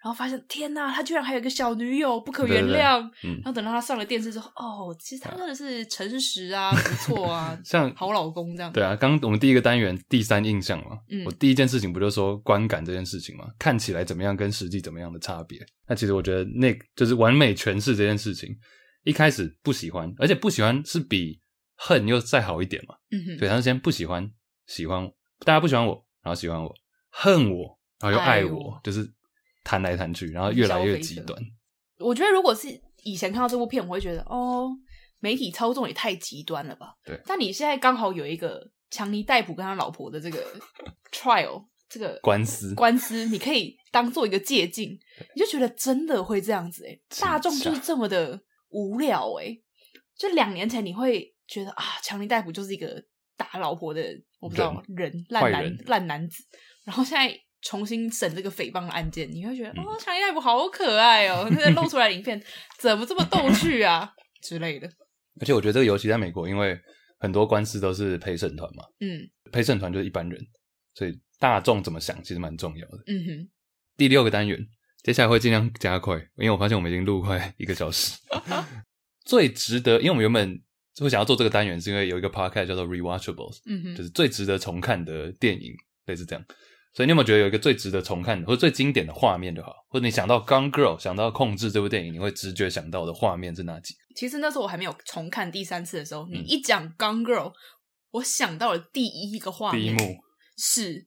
然后发现天哪，他居然还有一个小女友，不可原谅。 对对对嗯、 然后等到他上了电视之后，哦，其实他真的是诚实啊，不错啊， 像好老公这样。 对啊，刚我们第一个单元第三印象嘛， 嗯， 我第一件事情不就说观感这件事情嘛，看起来怎么样跟实际怎么样的差别。那其实我觉得那就是完美诠释这件事情。一开始不喜欢，而且不喜欢是比恨又再好一点嘛。 嗯哼， 所以他是先不喜欢，喜欢大家不喜欢我，然后喜欢我，恨我，然后又爱我，爱我就是弹来弹去，然后越来越极端。 我觉得如果是以前看到这部片，我会觉得哦，媒体操纵也太极端了吧。 对。 但你现在刚好有一个强尼戴普跟他老婆的这个 trial 这个官司官司，你可以当做一个借鉴，你就觉得真的会这样子诶，大众就是这么的无聊诶。就两年前你会觉得啊，强尼戴普就是一个打老婆的我不知道人烂男烂男子，然后现在重新审这个诽谤的案件，你会觉得、嗯、哦，强尼戴普好可爱哦，那个露出来的影片怎么这么逗趣啊之类的。 而且我觉得这个尤其在美国，因为很多官司都是陪审团嘛， 嗯， 陪审团就是一般人，所以大众怎么想其实蛮重要的。 嗯哼， 第六个单元接下来会尽量加快，因为我发现我们已经录快一个小时。最值得，因为我们原本会想要做这个单元是因为有一个 podcast 叫做 Rewatchables， 嗯哼， 就是最值得重看的电影，类似这样。所以你有没有觉得有一个最值得重看的或者最经典的画面就好，或者你想到 Gone Girl 想到控制这部电影，你会直觉想到的画面是哪几个？ 其实那时候我还没有重看第三次的时候， 嗯、 你一讲 Gone Girl， 我想到了第一个画面， 第一幕是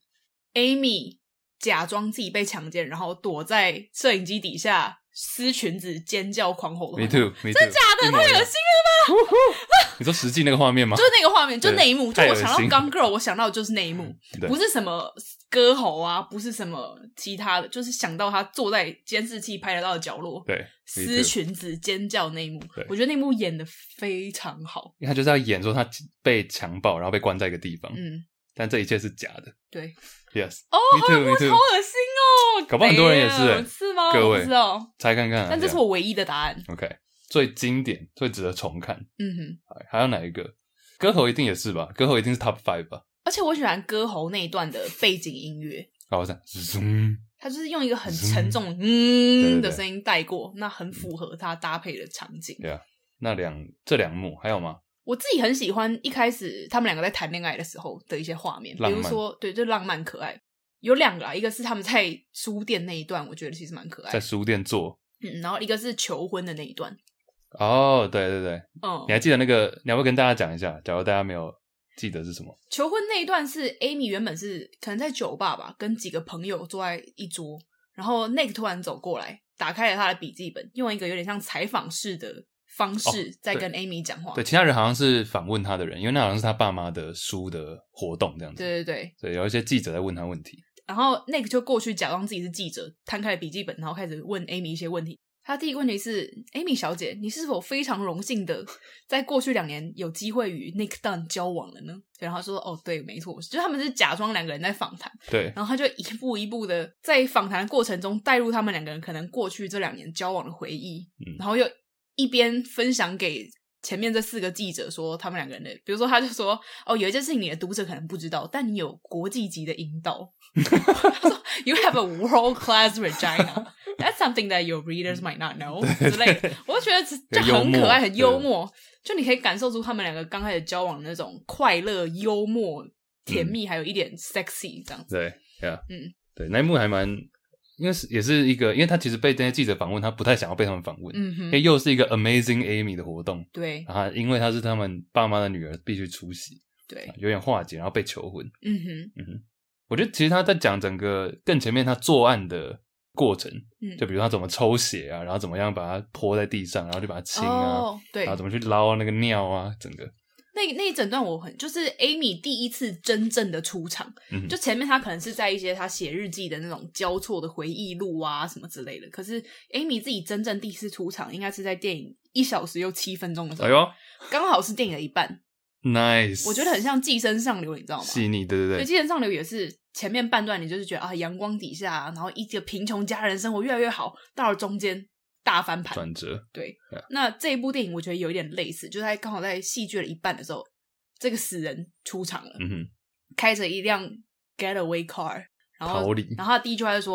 Amy 假装自己被强奸，然后躲在摄影机底下撕裙子尖叫狂吼的。 Me too, me too. 真的假的？太恶心了吧！ 你说实际那个画面吗？ 就是那个画面，就那一幕。就我想到 Gone Girl， 我想到的就是那一幕，不是什么歌喉啊，不是什么其他的，就是想到他坐在监视器拍得到的角落， 对， 撕裙子尖叫那一幕。我觉得那一幕演得非常好， 因为他就是要演说他被强暴，然后被关在一个地方， 嗯， 但这一切是假的。 对 ，Yes， 哦，好恶心哦， 搞不好很多人也是、欸， 是吗？ 各位我不知道， 猜看看、啊。 但这是我唯一的答案。 OK， 最经典、最值得重看。 嗯哼， 还有哪一个？歌喉一定也是吧？歌喉一定是 Top Five 吧？ 而且我喜欢歌喉那一段的背景音乐。 好，我想，嗯， 他就是用一个很沉重的嗯的声音带过，那很符合他搭配的场景。 对啊，那两这两幕还有吗？ 我自己很喜欢一开始他们两个在谈恋爱的时候的一些画面，比如说，对，就浪漫可爱。有两个啊，一个是他们在书店那一段，我觉得其实蛮可爱的， 在书店做， 嗯，然后一个是求婚的那一段。 哦，对对对， 嗯， 你还记得那个？你要不要跟大家讲一下？假如大家没有记得是什么？ 求婚那一段是 Amy 原本是可能在酒吧吧，跟几个朋友坐在一桌，然后 Nick 突然走过来，打开了他的笔记本，用一个有点像采访式的方式在跟 Amy 讲话、哦。 对，其他人好像是访问他的人，因为那好像是他爸妈的书的活动这样子。 对对对， 对，有一些记者在问他问题， 然后 Nick 就过去假装自己是记者，摊开了笔记本，然后开始问 Amy 一些问题。他第一个问题是 Amy 小姐，你是否非常荣幸的在过去两年有机会与 Nick Dunn 交往了呢？然后他说哦对没错，就他们是假装两个人在访谈， 对， 然后他就一步一步的在访谈的过程中带入他们两个人可能过去这两年交往的回忆、嗯、然后又一边分享给前面这四个记者说他们两个人的，比如说他就说哦有一件事情你的读者可能不知道，但你有国际级的阴道他说 You have a world class vagina That's something that your readers might not know 之类的，我就觉得就很可爱很幽默，就你可以感受出他们两个刚开始交往的那种快乐幽默甜蜜、嗯、还有一点 sexy 这样子。 对 yeah, 嗯， 对，那一幕还蛮因为是也是一个，因为他其实被这些记者访问，他不太想要被他们访问， 嗯哼， 因为又是一个 Amazing Amy 的活动， 对， 然后因为他是他们爸妈的女儿，必须出席， 对， 有点化解，然后被求婚， 嗯哼， 嗯哼，我觉得其实他在讲整个更前面他作案的过程， 嗯， 就比如他怎么抽血啊，然后怎么样把它泼在地上，然后就把它清啊， 哦，对， 然后怎么去捞那个尿啊，整个。 那那一整段我很就是 Amy 第一次真正的出场、嗯、就前面她可能是在一些她写日记的那种交错的回忆录啊什么之类的，可是 Amy 自己真正第一次出场应该是在电影一小时又七分钟的时候，哎呦，刚好是电影的一半。 Nice， 我觉得很像寄生上流，你知道吗？ 细腻，对对对， 所以寄生上流也是前面半段你就是觉得啊阳光底下，然后一个贫穷家人生活越来越好，到了中间大翻盘转折， 对、 yeah. 那这一部电影我觉得有一点类似，就在刚好在戏剧的一半的时候，这个死人出场了， 嗯哼， 开着一辆 getaway car， 然后逃离， 然后他第一句话就说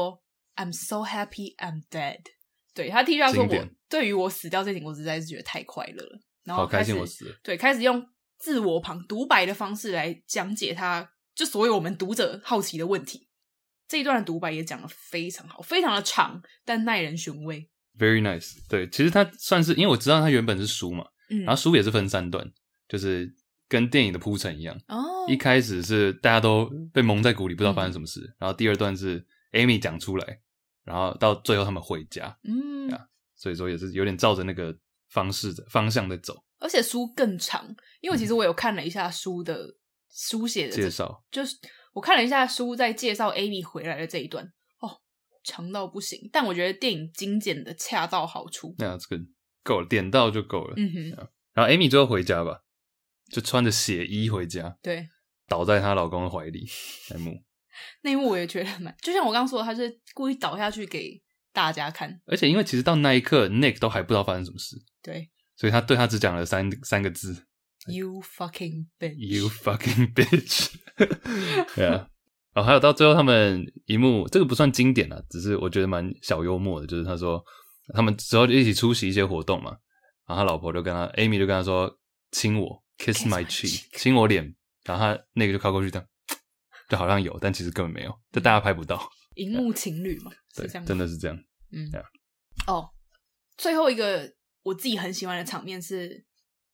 I'm so happy I'm dead。对，他 T 恤上说我对于我死掉这点，我实在是觉得太快乐了。然后好开心我死了。 对，开始用自我旁独白的方式来讲解他就所有我们读者好奇的问题。这一段的独白也讲得非常好，非常的长，但耐人寻味。 Very nice。对，其实他算是因为我知道他原本是书嘛，嗯，然后书也是分三段，就是跟电影的铺陈一样。哦，一开始是大家都被蒙在鼓里，不知道发生什么事，嗯，然后第二段是 Amy 讲出来，然后到最后他们回家。嗯，啊，所以说也是有点照着那个方式的方向在走。而且书更长，因为其实我有看了一下书的书写的介绍， 就是我看了一下书在介绍 Amy 回来的这一段，哦，长到不行，但我觉得电影精简的恰到好处。 那这个够了，点到就够了。嗯哼。然后 Amy 最后回家吧，就穿着血衣回家， 对， 倒在她老公的怀里那一幕。 那一幕我也觉得蛮，就像我刚刚说的，他是故意倒下去给大家看。 而且因为其实到那一刻 Nick 都还不知道发生什么事， 对， 所以他对他只讲了三三个字。 You fucking bitch. You fucking bitch. 对啊，哦，还有到最后他们一幕，这个不算经典啦，只是我觉得蛮小幽默的，就是他说他们之后就一起出席一些活动嘛，然后他老婆就跟他 Amy 就跟他说亲我 kiss my cheek， 亲我脸，然后他那个就靠过去这样，就好像有，但其实根本没有，就大家拍不到。 荧幕情侣嘛， 对， 是这样， 真的是这样。 嗯，哦，最后一个我自己很喜欢的场面是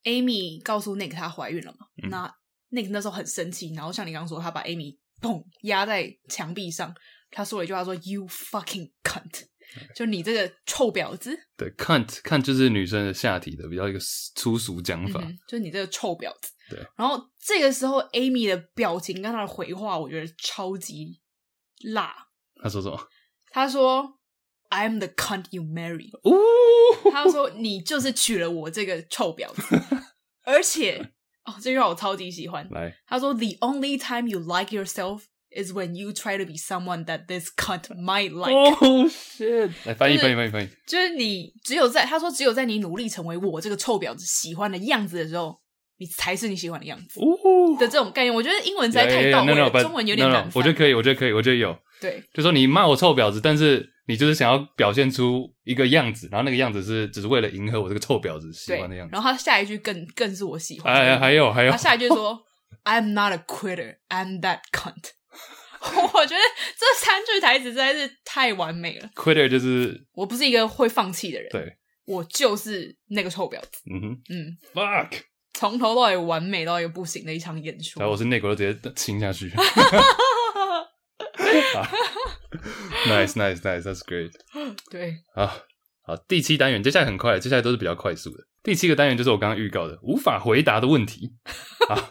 Amy 告诉 Nick 她怀孕了嘛，嗯，那 Nick 那时候很生气，然后像你刚刚说，他把 Amy 砰压在墙壁上，他说了一句话说 You fucking cunt， 就你这个臭婊子。对 cunt cunt 就是女生的下体的比较一个粗俗讲法， 嗯，就是你这个臭婊子。 对， 然后这个时候 Amy 的表情跟她的回话我觉得超级辣。 他说什么？ 他说 I'm the cunt you marry。 他说你就是娶了我这个臭婊子。而且哦，这句话我超级喜欢。 来， 他说 The only time you like yourself is when you try to be someone that this cunt might like. Oh shit！ 来翻译翻译翻译翻译， 就是你只有在他说只有在你努力成为我这个臭婊子喜欢的样子的时候，你才是你喜欢的样子的这种概念。我觉得英文实在太到位了， yeah, yeah, no, no, 中文有点难翻。 no, no, 我觉得可以，我觉得可以，我觉得有。 对， 就说你骂我臭婊子，但是你就是想要表现出一个样子，然后那个样子是只是为了迎合我这个臭婊子喜欢的样子。 然后他下一句更更是我喜欢的。 哎，还有还有， 他下一句说 I'm not a quitter, I'm that cunt。 我觉得这三句台词实在是太完美了。 Quitter 就是我不是一个会放弃的人， 对， 我就是那个臭婊子。嗯哼，嗯 ，fuck， 从头到尾完美到一个不行的一场演出。 然后我是那个，我就直接亲下去。Nice, nice, nice, that's great。 对， 好，好，第七单元接下来很快，接下来都是比较快速的。第七个单元就是我刚刚预告的无法回答的问题。好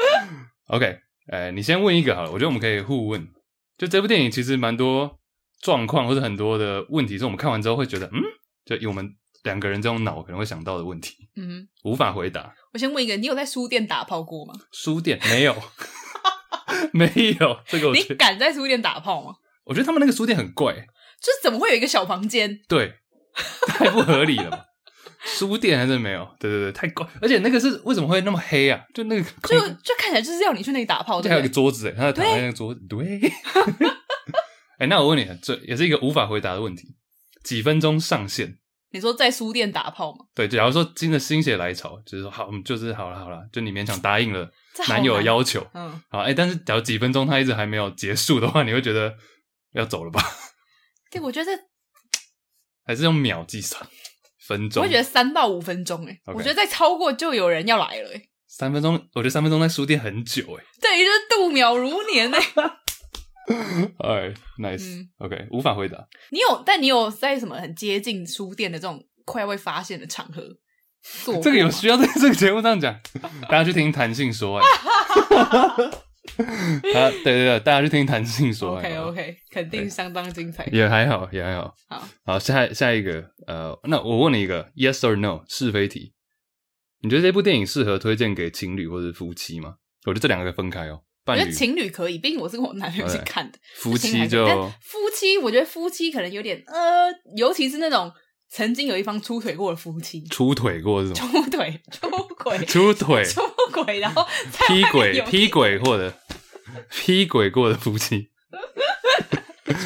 ，OK， 呃，你先问一个好了，我觉得我们可以互问。就这部电影其实蛮多状况或者很多的问题是我们看完之后会觉得嗯，就以我们两个人这种脑可能会想到的问题，嗯，无法回答。 我先问一个，你有在书店打炮过吗？ 书店没有。没有这个我， 你敢在书店打炮吗？ 我觉得他们那个书店很怪， 就是怎么会有一个小房间？ 对，太不合理了吧。书店还是没有，对对对，太怪。而且那个是为什么会那么黑啊？就那个就就看起来就是要你去那里打炮。 对，还有一个桌子，他躺在那个桌子。对。哎、欸，那我问你，这也是一个无法回答的问题。几分钟上线？ 你说在书店打炮吗？ 对，假如说真的心血来潮，就是说好，就是好了好了，就你勉强答应了男友的要求，嗯，好，哎、欸，但是假如几分钟他一直还没有结束的话，你会觉得要走了吧？ 对，我觉得还是用秒计算，分钟。 我会觉得三到五分钟，哎、欸， okay. 我觉得再超过就有人要来了、欸，哎， 三分钟，我觉得三分钟在书店很久、欸，哎， 对，就是度秒如年、欸，哎。 Alright, nice. 嗯、OK， 无法回答。 你有，但你有在什么很接近书店的这种快要被发现的场合做过？ 这个有需要在这个节目上讲，大家去听弹性说爱。啊，对对对，大家去听弹性说爱。 OK OK， 肯定相当精彩。 也还好，也还好。 好， 好，下下一个，呃，那我问你一个 Yes or No 是非题，你觉得这部电影适合推荐给情侣或者夫妻吗？我觉得这两个可以分开哦。 我觉得情侣可以，毕竟我是跟我男朋友一起看的。 夫妻就， 但夫妻，我觉得夫妻可能有点呃，尤其是那种曾经有一方出腿过的夫妻， 出腿过是什么？ 出腿、出轨、 出腿、 出轨，然后劈轨、劈轨或者劈轨过的夫妻， 出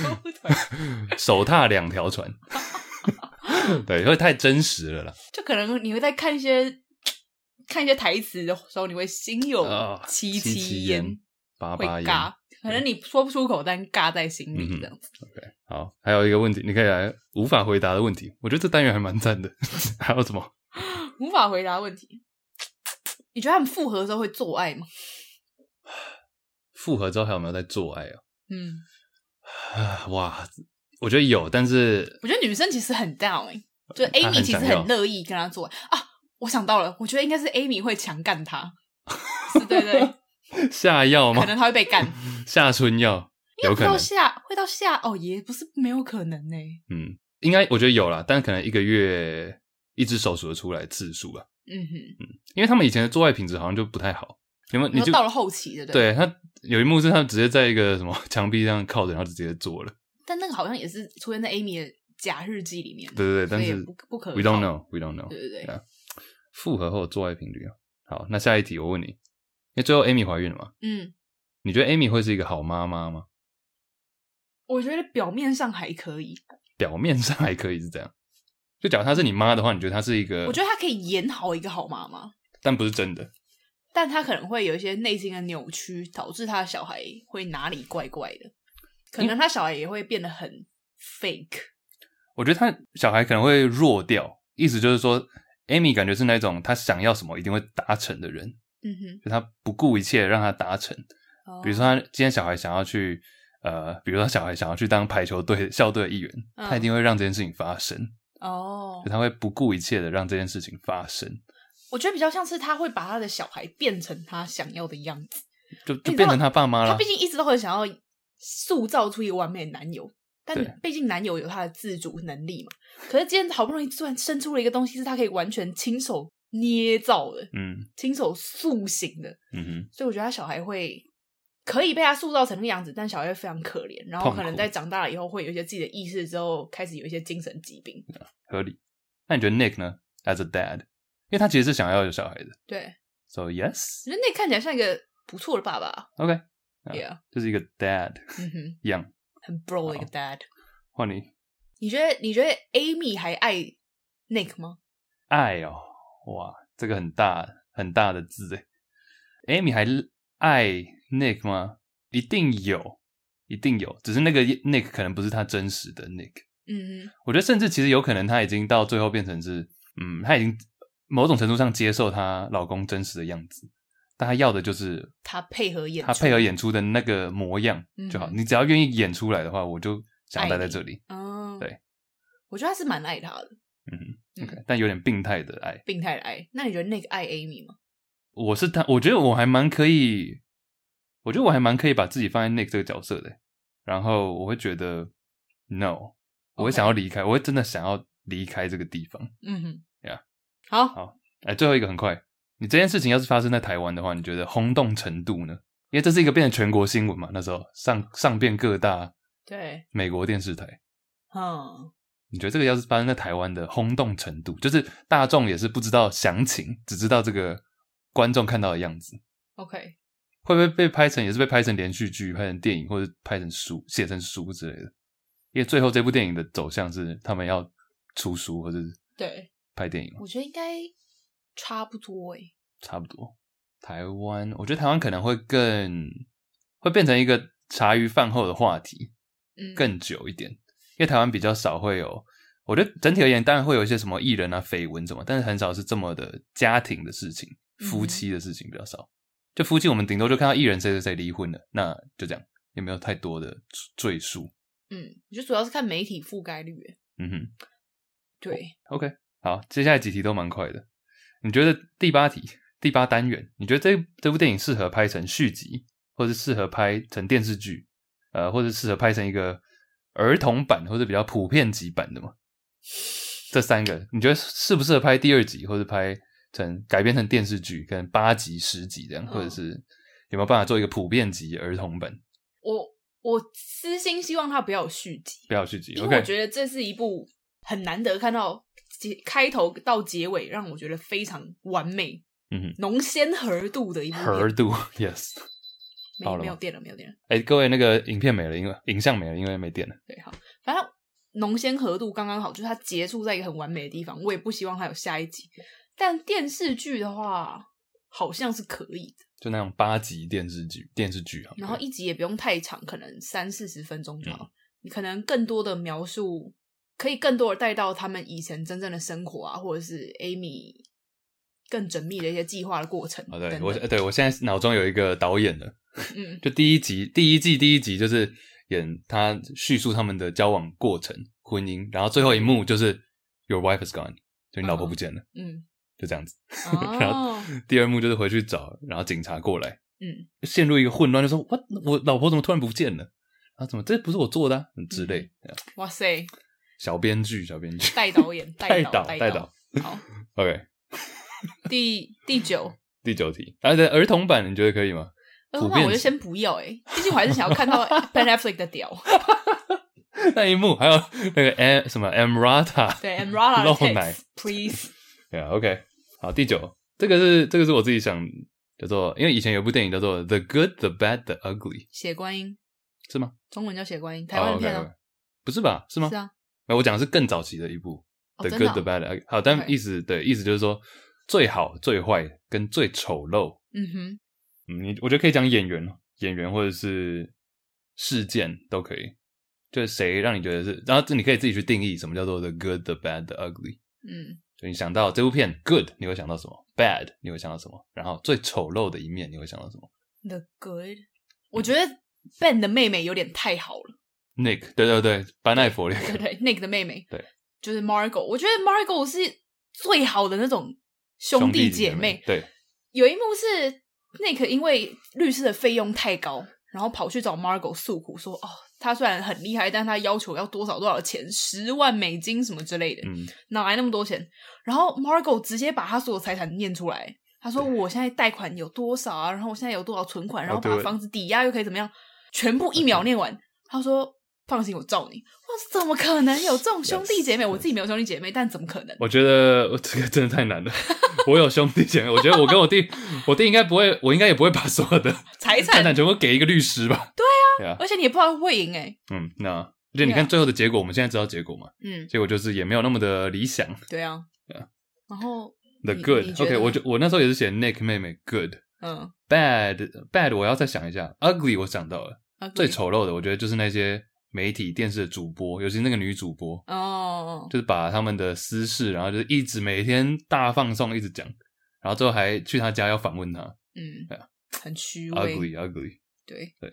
手踏两条船，对，会太真实了啦。 就可能你会在看一些看一些台词的时候，你会心有戚戚焉， 巴巴焉， 尬，可能你说不出口，但尬在心里这样子。 嗯、OK， 好，还有一个问题，你可以来无法回答的问题。我觉得这单元还蛮赞的。还有什么无法回答的问题？你觉得他们复合的时候会做爱吗？ 复合之后还有没有在做爱啊？ 嗯， 哇，我觉得有，但是我觉得女生其实很 down 欸，就 Amy 其实很乐意跟他做爱啊。我想到了，我觉得应该是 Amy 会强干他，是对对， 下药吗？ 可能他会被干， 下春药，有可能会到下会到下哦，也不是没有可能呢。 嗯，应该我觉得有啦，但可能一个月一只手数得出来次数吧。 嗯哼， 嗯，因为他们以前的做爱品质好像就不太好。你们你就到了后期对不对？对，他有一幕是他直接在一个什么墙壁上靠着，然后就直接做了。 但那个好像也是出现在 Amy 的假日记里面。 对对对，但是不不可 we don't know we don't know。 对对对， yeah. 复合后的做爱频率啊。好，那下一题我问你，因为最后 Amy 怀孕了嘛？ 嗯， 你觉得 Amy 会是一个好妈妈吗？ 我觉得表面上还可以， 表面上还可以是这样。就假如她是你妈的话，你觉得她是一个？ 我觉得她可以演好一个好妈妈， 但不是真的。 但她可能会有一些内心的扭曲，导致她的小孩会哪里怪怪的，可能她小孩也会变得很 fake。 我觉得她小孩可能会弱掉，意思就是说 ，Amy 感觉是那种她想要什么一定会达成的人。 嗯哼， 就她不顾一切让她达成。哦、比如说，她今天小孩想要去，呃，比如说小孩想要去当排球队校队的一员，嗯、他一定会让这件事情发生。哦，就他会不顾一切的让这件事情发生。 我觉得比较像是他会把他的小孩变成他想要的样子， 就就变成他爸妈了。 他毕竟一直都很想要塑造出一个完美的男友，但毕竟男友有他的自主能力嘛。可是今天好不容易突然生出了一个东西，是他可以完全亲手捏造的，嗯，亲手塑形的，嗯哼。所以我觉得他小孩会可以被他塑造成那个样子，但小孩会非常可怜，然后可能在长大了以后会有一些自己的意识，之后开始有一些精神疾病。 合理。那你觉得 Nick 呢 ？As a dad， 因为他其实是想要有小孩的。 对。 So yes， 我觉得 Nick 看起来像一个不错的爸爸。 OK，Yeah， 就是一个 dad， 嗯哼， 一样， 很 bro 的一个 dad。 换你， 你觉得你觉得 Amy 还爱 Nick 吗？ 爱哦，哇，这个很大很大的字诶。Amy 还爱 Nick 吗？一定有，一定有，只是那个 Nick 可能不是他真实的 Nick。嗯，我觉得甚至其实有可能他已经到最后变成是，嗯，他已经某种程度上接受她老公真实的样子，但他要的就是他配合演出， 他配合演出的那个模样就好。嗯、你只要愿意演出来的话，我就想要待在这里。哦，对， 我觉得他是蛮爱他的。 嗯 ，OK， 嗯但有点病态的爱， 病态的爱。那你觉得那个爱 Amy 吗？ 我是他，我觉得我还蛮可以，我觉得我还蛮可以把自己放在 Nick 这个角色的。然后我会觉得 No。我会想要离开， okay. 我会真的想要离开这个地方。嗯哼，呀、yeah. ，好，好，哎，最后一个很快，你这件事情要是发生在台湾的话，你觉得轰动程度呢？因为这是一个变成全国新闻嘛，那时候上上遍各大对美国电视台。 嗯， 你觉得这个要是发生在台湾的轰动程度，就是大众也是不知道详情，只知道这个观众看到的样子。 OK， 会不会被拍成也是被拍成连续剧、拍成电影，或者拍成书、写成书之类的？因为最后这部电影的走向是他们要出书或者是对拍电影， 我觉得应该差不多诶， 差不多。台湾，我觉得台湾可能会更会变成一个茶余饭后的话题，嗯，更久一点。因为台湾比较少会有，我觉得整体而言，当然会有一些什么艺人啊、绯闻什么，但是很少是这么的家庭的事情、夫妻的事情比较少。嗯、就夫妻，我们顶多就看到艺人谁谁谁离婚了，那就这样，也没有太多的赘述。 嗯，我觉得主要是看媒体覆盖率。 嗯哼， 对 ，OK， 好，接下来几题都蛮快的。你觉得第八题、第八单元，你觉得这这部电影适合拍成续集，或者适合拍成电视剧，呃，或者适合拍成一个儿童版或者比较普遍级版的吗？这三个，你觉得适不适合拍第二集，或者拍成改编成电视剧，可能八集、十集这样，或者是有没有办法做一个普遍级儿童版？ 我。我私心希望它不要有续集， 不要有续集， 因为我觉得这是一部很难得看到开头到结尾让我觉得非常完美，嗯哼，浓鲜合度的一部片。 合度 ，yes， 没没有电了，没有电了。 哎、欸，各位，那个影片没了，因为影像没了，因为没电了。 对，好，反正浓鲜合度刚刚好，就是它结束在一个很完美的地方。我也不希望它有下一集。但电视剧的话，好像是可以的，就那种八集电视剧，电视剧啊。 然后一集也不用太长，可能三四十分钟就好。嗯、你可能更多的描述，可以更多的带到他们以前真正的生活啊，或者是 Amy 更缜密的一些计划的过程。 哦，对，我对我现在脑中有一个导演了。 嗯， 就第一集第一季第一集就是演他叙述他们的交往过程婚姻，然后最后一幕就是 Your wife is gone， 就你老婆不见了。嗯，就这样子。哦、然后第二幕就是回去找，然后警察过来，嗯，陷入一个混乱，就说 What 我老婆怎么突然不见了啊？怎么这不是我做的、啊、之类、嗯、 哇塞， 小编剧小编剧带导演带导带导好 OK 第第九第九题啊，对，儿童版你觉得可以吗？ 儿童版我就先不要诶、欸，毕竟我还是想要看到 Ben Affleck 的屌。 那一幕还有那个 M 什么 Emrata， 对 Emrata 露奶 ，please。 对啊 ，OK， 好，第九，这个是这个是我自己想叫做，因为以前有部电影叫做 The Good, The Bad, The Ugly， 血观音是吗？ 中文叫血观音，台湾片啊、oh, okay, okay. 不是吧？是吗？ 是啊， 我讲的是更早期的一部、oh, The Good, The Bad, The Ugly。好，但意思、okay. 对意思就是说最好、最坏跟最丑陋。 嗯哼， 嗯，你我觉得可以讲演员。演员或者是事件都可以，就是谁让你觉得是，然后你可以自己去定义什么叫做 the good, the bad, the ugly。嗯，就你想到这部片 good， 你会想到什么 ？bad， 你会想到什么？然后最丑陋的一面，你会想到什么 ？the good， 我觉得 Ben 的妹妹有点太好了。 Nick， 对对对，班奈佛列克， 对对 ，Nick 的妹妹， 对， 就是 Margot。我觉得 Margot 是最好的那种兄弟姐妹。 姐妹对， 有一幕是。Nick 因为律师的费用太高，然后跑去找 Margot 诉苦说：“哦，他虽然很厉害，但他要求要多少多少钱，十万美金什么之类的，嗯，哪来那么多钱？”然后 Margot 直接把他所有财产念出来，他说：“我现在贷款有多少啊？然后我现在有多少存款？然后把房子抵押又可以怎么样？全部一秒念完。”他说：“放心，我罩你。”我怎么可能有这种兄弟姐妹？ Yes, 我自己没有兄弟姐妹，但怎么可能？ 我觉得我这个真的太难了。我有兄弟姐妹，我觉得我跟我弟，我弟应该不会，我应该也不会把所有的财产全部给一个律师吧？ 对啊， yeah. 而且你也不知道会赢哎、欸。 嗯，那而且你看最后的结果，我们现在知道结果嘛？嗯，结果就是也没有那么的理想。 对啊， yeah. 然后 The good，OK，、okay, 我就我那时候也是写 Nick 妹妹 good， 嗯 ，bad bad 我要再想一下 ，ugly 我想到了， ugly. 最丑陋的，我觉得就是那些。媒体电视的主播，尤其是那个女主播哦，oh. 就是把他们的私事，然后就是一直每天大放送，一直讲，然后最后还去他家要访问他， 嗯，对啊，很虚伪 ，ugly ugly， 对对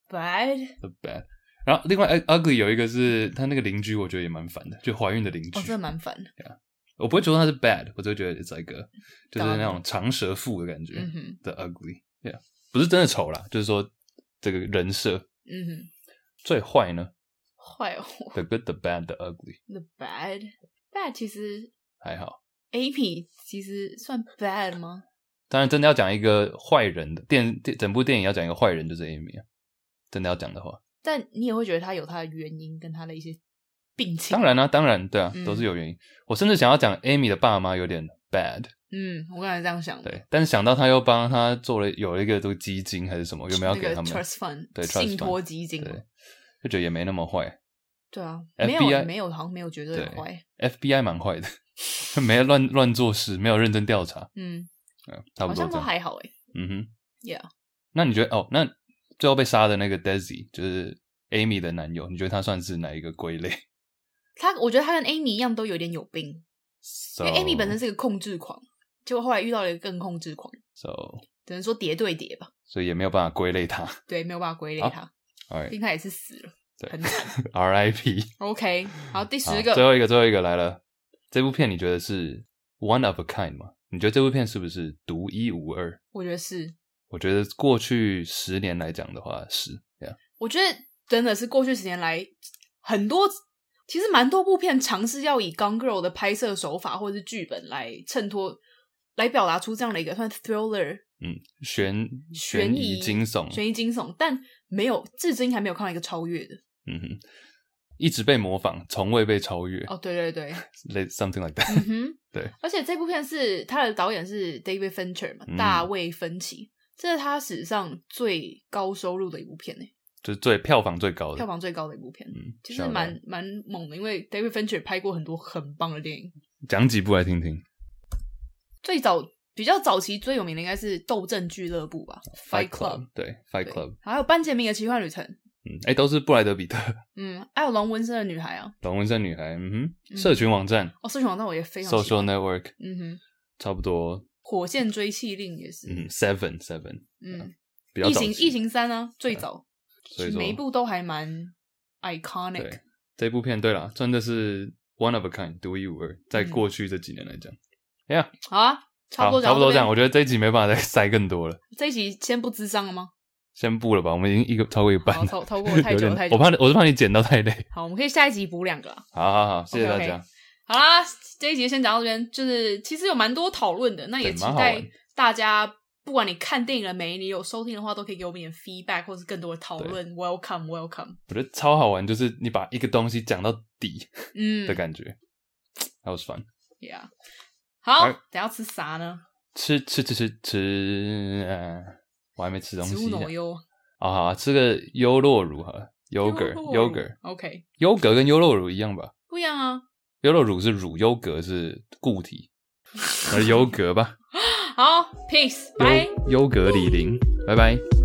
，bad the bad， 然后另外 ugly 有一个是他那个邻居，我觉得也蛮烦的，就怀孕的邻居， 哦，真的蛮烦的， 对啊，我不会觉得他是 bad， 我就会觉得 it's like a, 就是那种长舌妇的感觉、嗯、的 ugly，yeah， 不是真的丑啦，就是说这个人设，嗯哼，最坏呢？ 坏哦 The good, the bad, the ugly. The bad, bad 其实还好。 Amy 其实算 bad 吗？ 当然，真的要讲一个坏人的电整部电影要讲一个坏人就是 Amy 啊。真的要讲的话， 但你也会觉得他有他的原因跟他的一些病情。 当然啊，当然对啊，嗯、都是有原因。我甚至想要讲 Amy 的爸妈有点 bad。 嗯，我刚才这样想的。 对，但是想到他又帮他做了有了一个这个基金还是什么，有没有要给他们、 那個、trust fund？ 对， 信托基金。 对，就觉得也没那么坏。 对啊 ，F B I 没有没有，好像没有觉得很坏。 F B I 蛮坏的，没乱乱做事，没有认真调查。嗯，差不多好像都还好诶。 嗯哼 ，Yeah。 那你觉得哦？那最后被杀的那个 Desi 就是 Amy 的男友，你觉得他算是哪一个归类？ 他，我觉得他跟 Amy 一样，都有点有病。So, 因为 Amy 本身是个控制狂，结果后来遇到了一个更控制狂。 So， 只能说叠对叠吧。 所以也没有办法归类他。 对，没有办法归类他。 Alright， 毕竟他也是死了。很惨 R I P OK 好，第十个最后一个最后一个来了。这部片你觉得是 one of a kind 吗？你觉得这部片是不是独一无二？ 我觉得是。 我觉得过去十年来讲的话是、yeah. 我觉得真的是过去十年来很多其实蛮多部片尝试要以 Gone Girl 的拍摄手法或者是剧本来衬托来表达出这样的一个算 thriller 嗯悬悬疑惊悚悬疑惊悚，但没有至今还没有看到一个超越的。 嗯哼，一直被模仿，从未被超越。 哦，对对对 ，something like that。 嗯哼， 对。 而且这部片是他的导演是 David Fincher 嘛，嗯、大卫芬奇。 这是他史上最高收入的一部片诶， 就是最票房最高的， 票房最高的一部片， 嗯， 其实蛮蛮猛的，因为 David Fincher 拍过很多很棒的电影。 讲几部来听听。 最早比较早期最有名的应该是《斗阵俱乐部》吧 ，Fight Club， 对 ，Fight Club， 还有班杰明的奇幻旅程， 嗯，哎，都是布莱德比特， 嗯，还有龙纹身的女孩啊， 龙纹身女孩，嗯哼，嗯社群网站， 哦，社群网站我也非常喜欢 ，Social Network， 嗯哼， 差不多， 火箭追气令也是， 嗯 ，Seven Seven， 嗯， 比较早期异形异形三啊，最早， 所以说每一部都还蛮 iconic。 对，这部片对啦，真的是 one of a kind， 独一无二，在过去这几年来讲，哎呀， 好啊，差不多差不多这样，我觉得这一集没办法再塞更多了。 这一集先不諮商了吗？ 先不了吧，我们已经一个超过一半了， 超超过太久了太久了， 我怕我是怕你剪到太累。 好，我们可以下一集补两个啦。 好好好，谢谢大家。 Okay, okay. 好啦，这一集先讲到这边，就是其实有蛮多讨论的，那也期待大家，不管你看电影了没，你有收听的话，都可以给我们一点 feedback 或是更多的讨论。Welcome, welcome。 我觉得超好玩，就是你把一个东西讲到底， 嗯的感觉。That was fun. Yeah. 好，等一下要吃啥呢？ 吃吃吃吃吃，呃，我还没吃东西。 植物奶油。 哦，好啊，吃个优酪乳好了 ，yogurt yogurt。OK。优格跟优酪乳一样吧？ 不一样啊。 优酪乳是乳，优格是固体。那优格吧。 好 ，peace，拜。 优格李林，拜拜。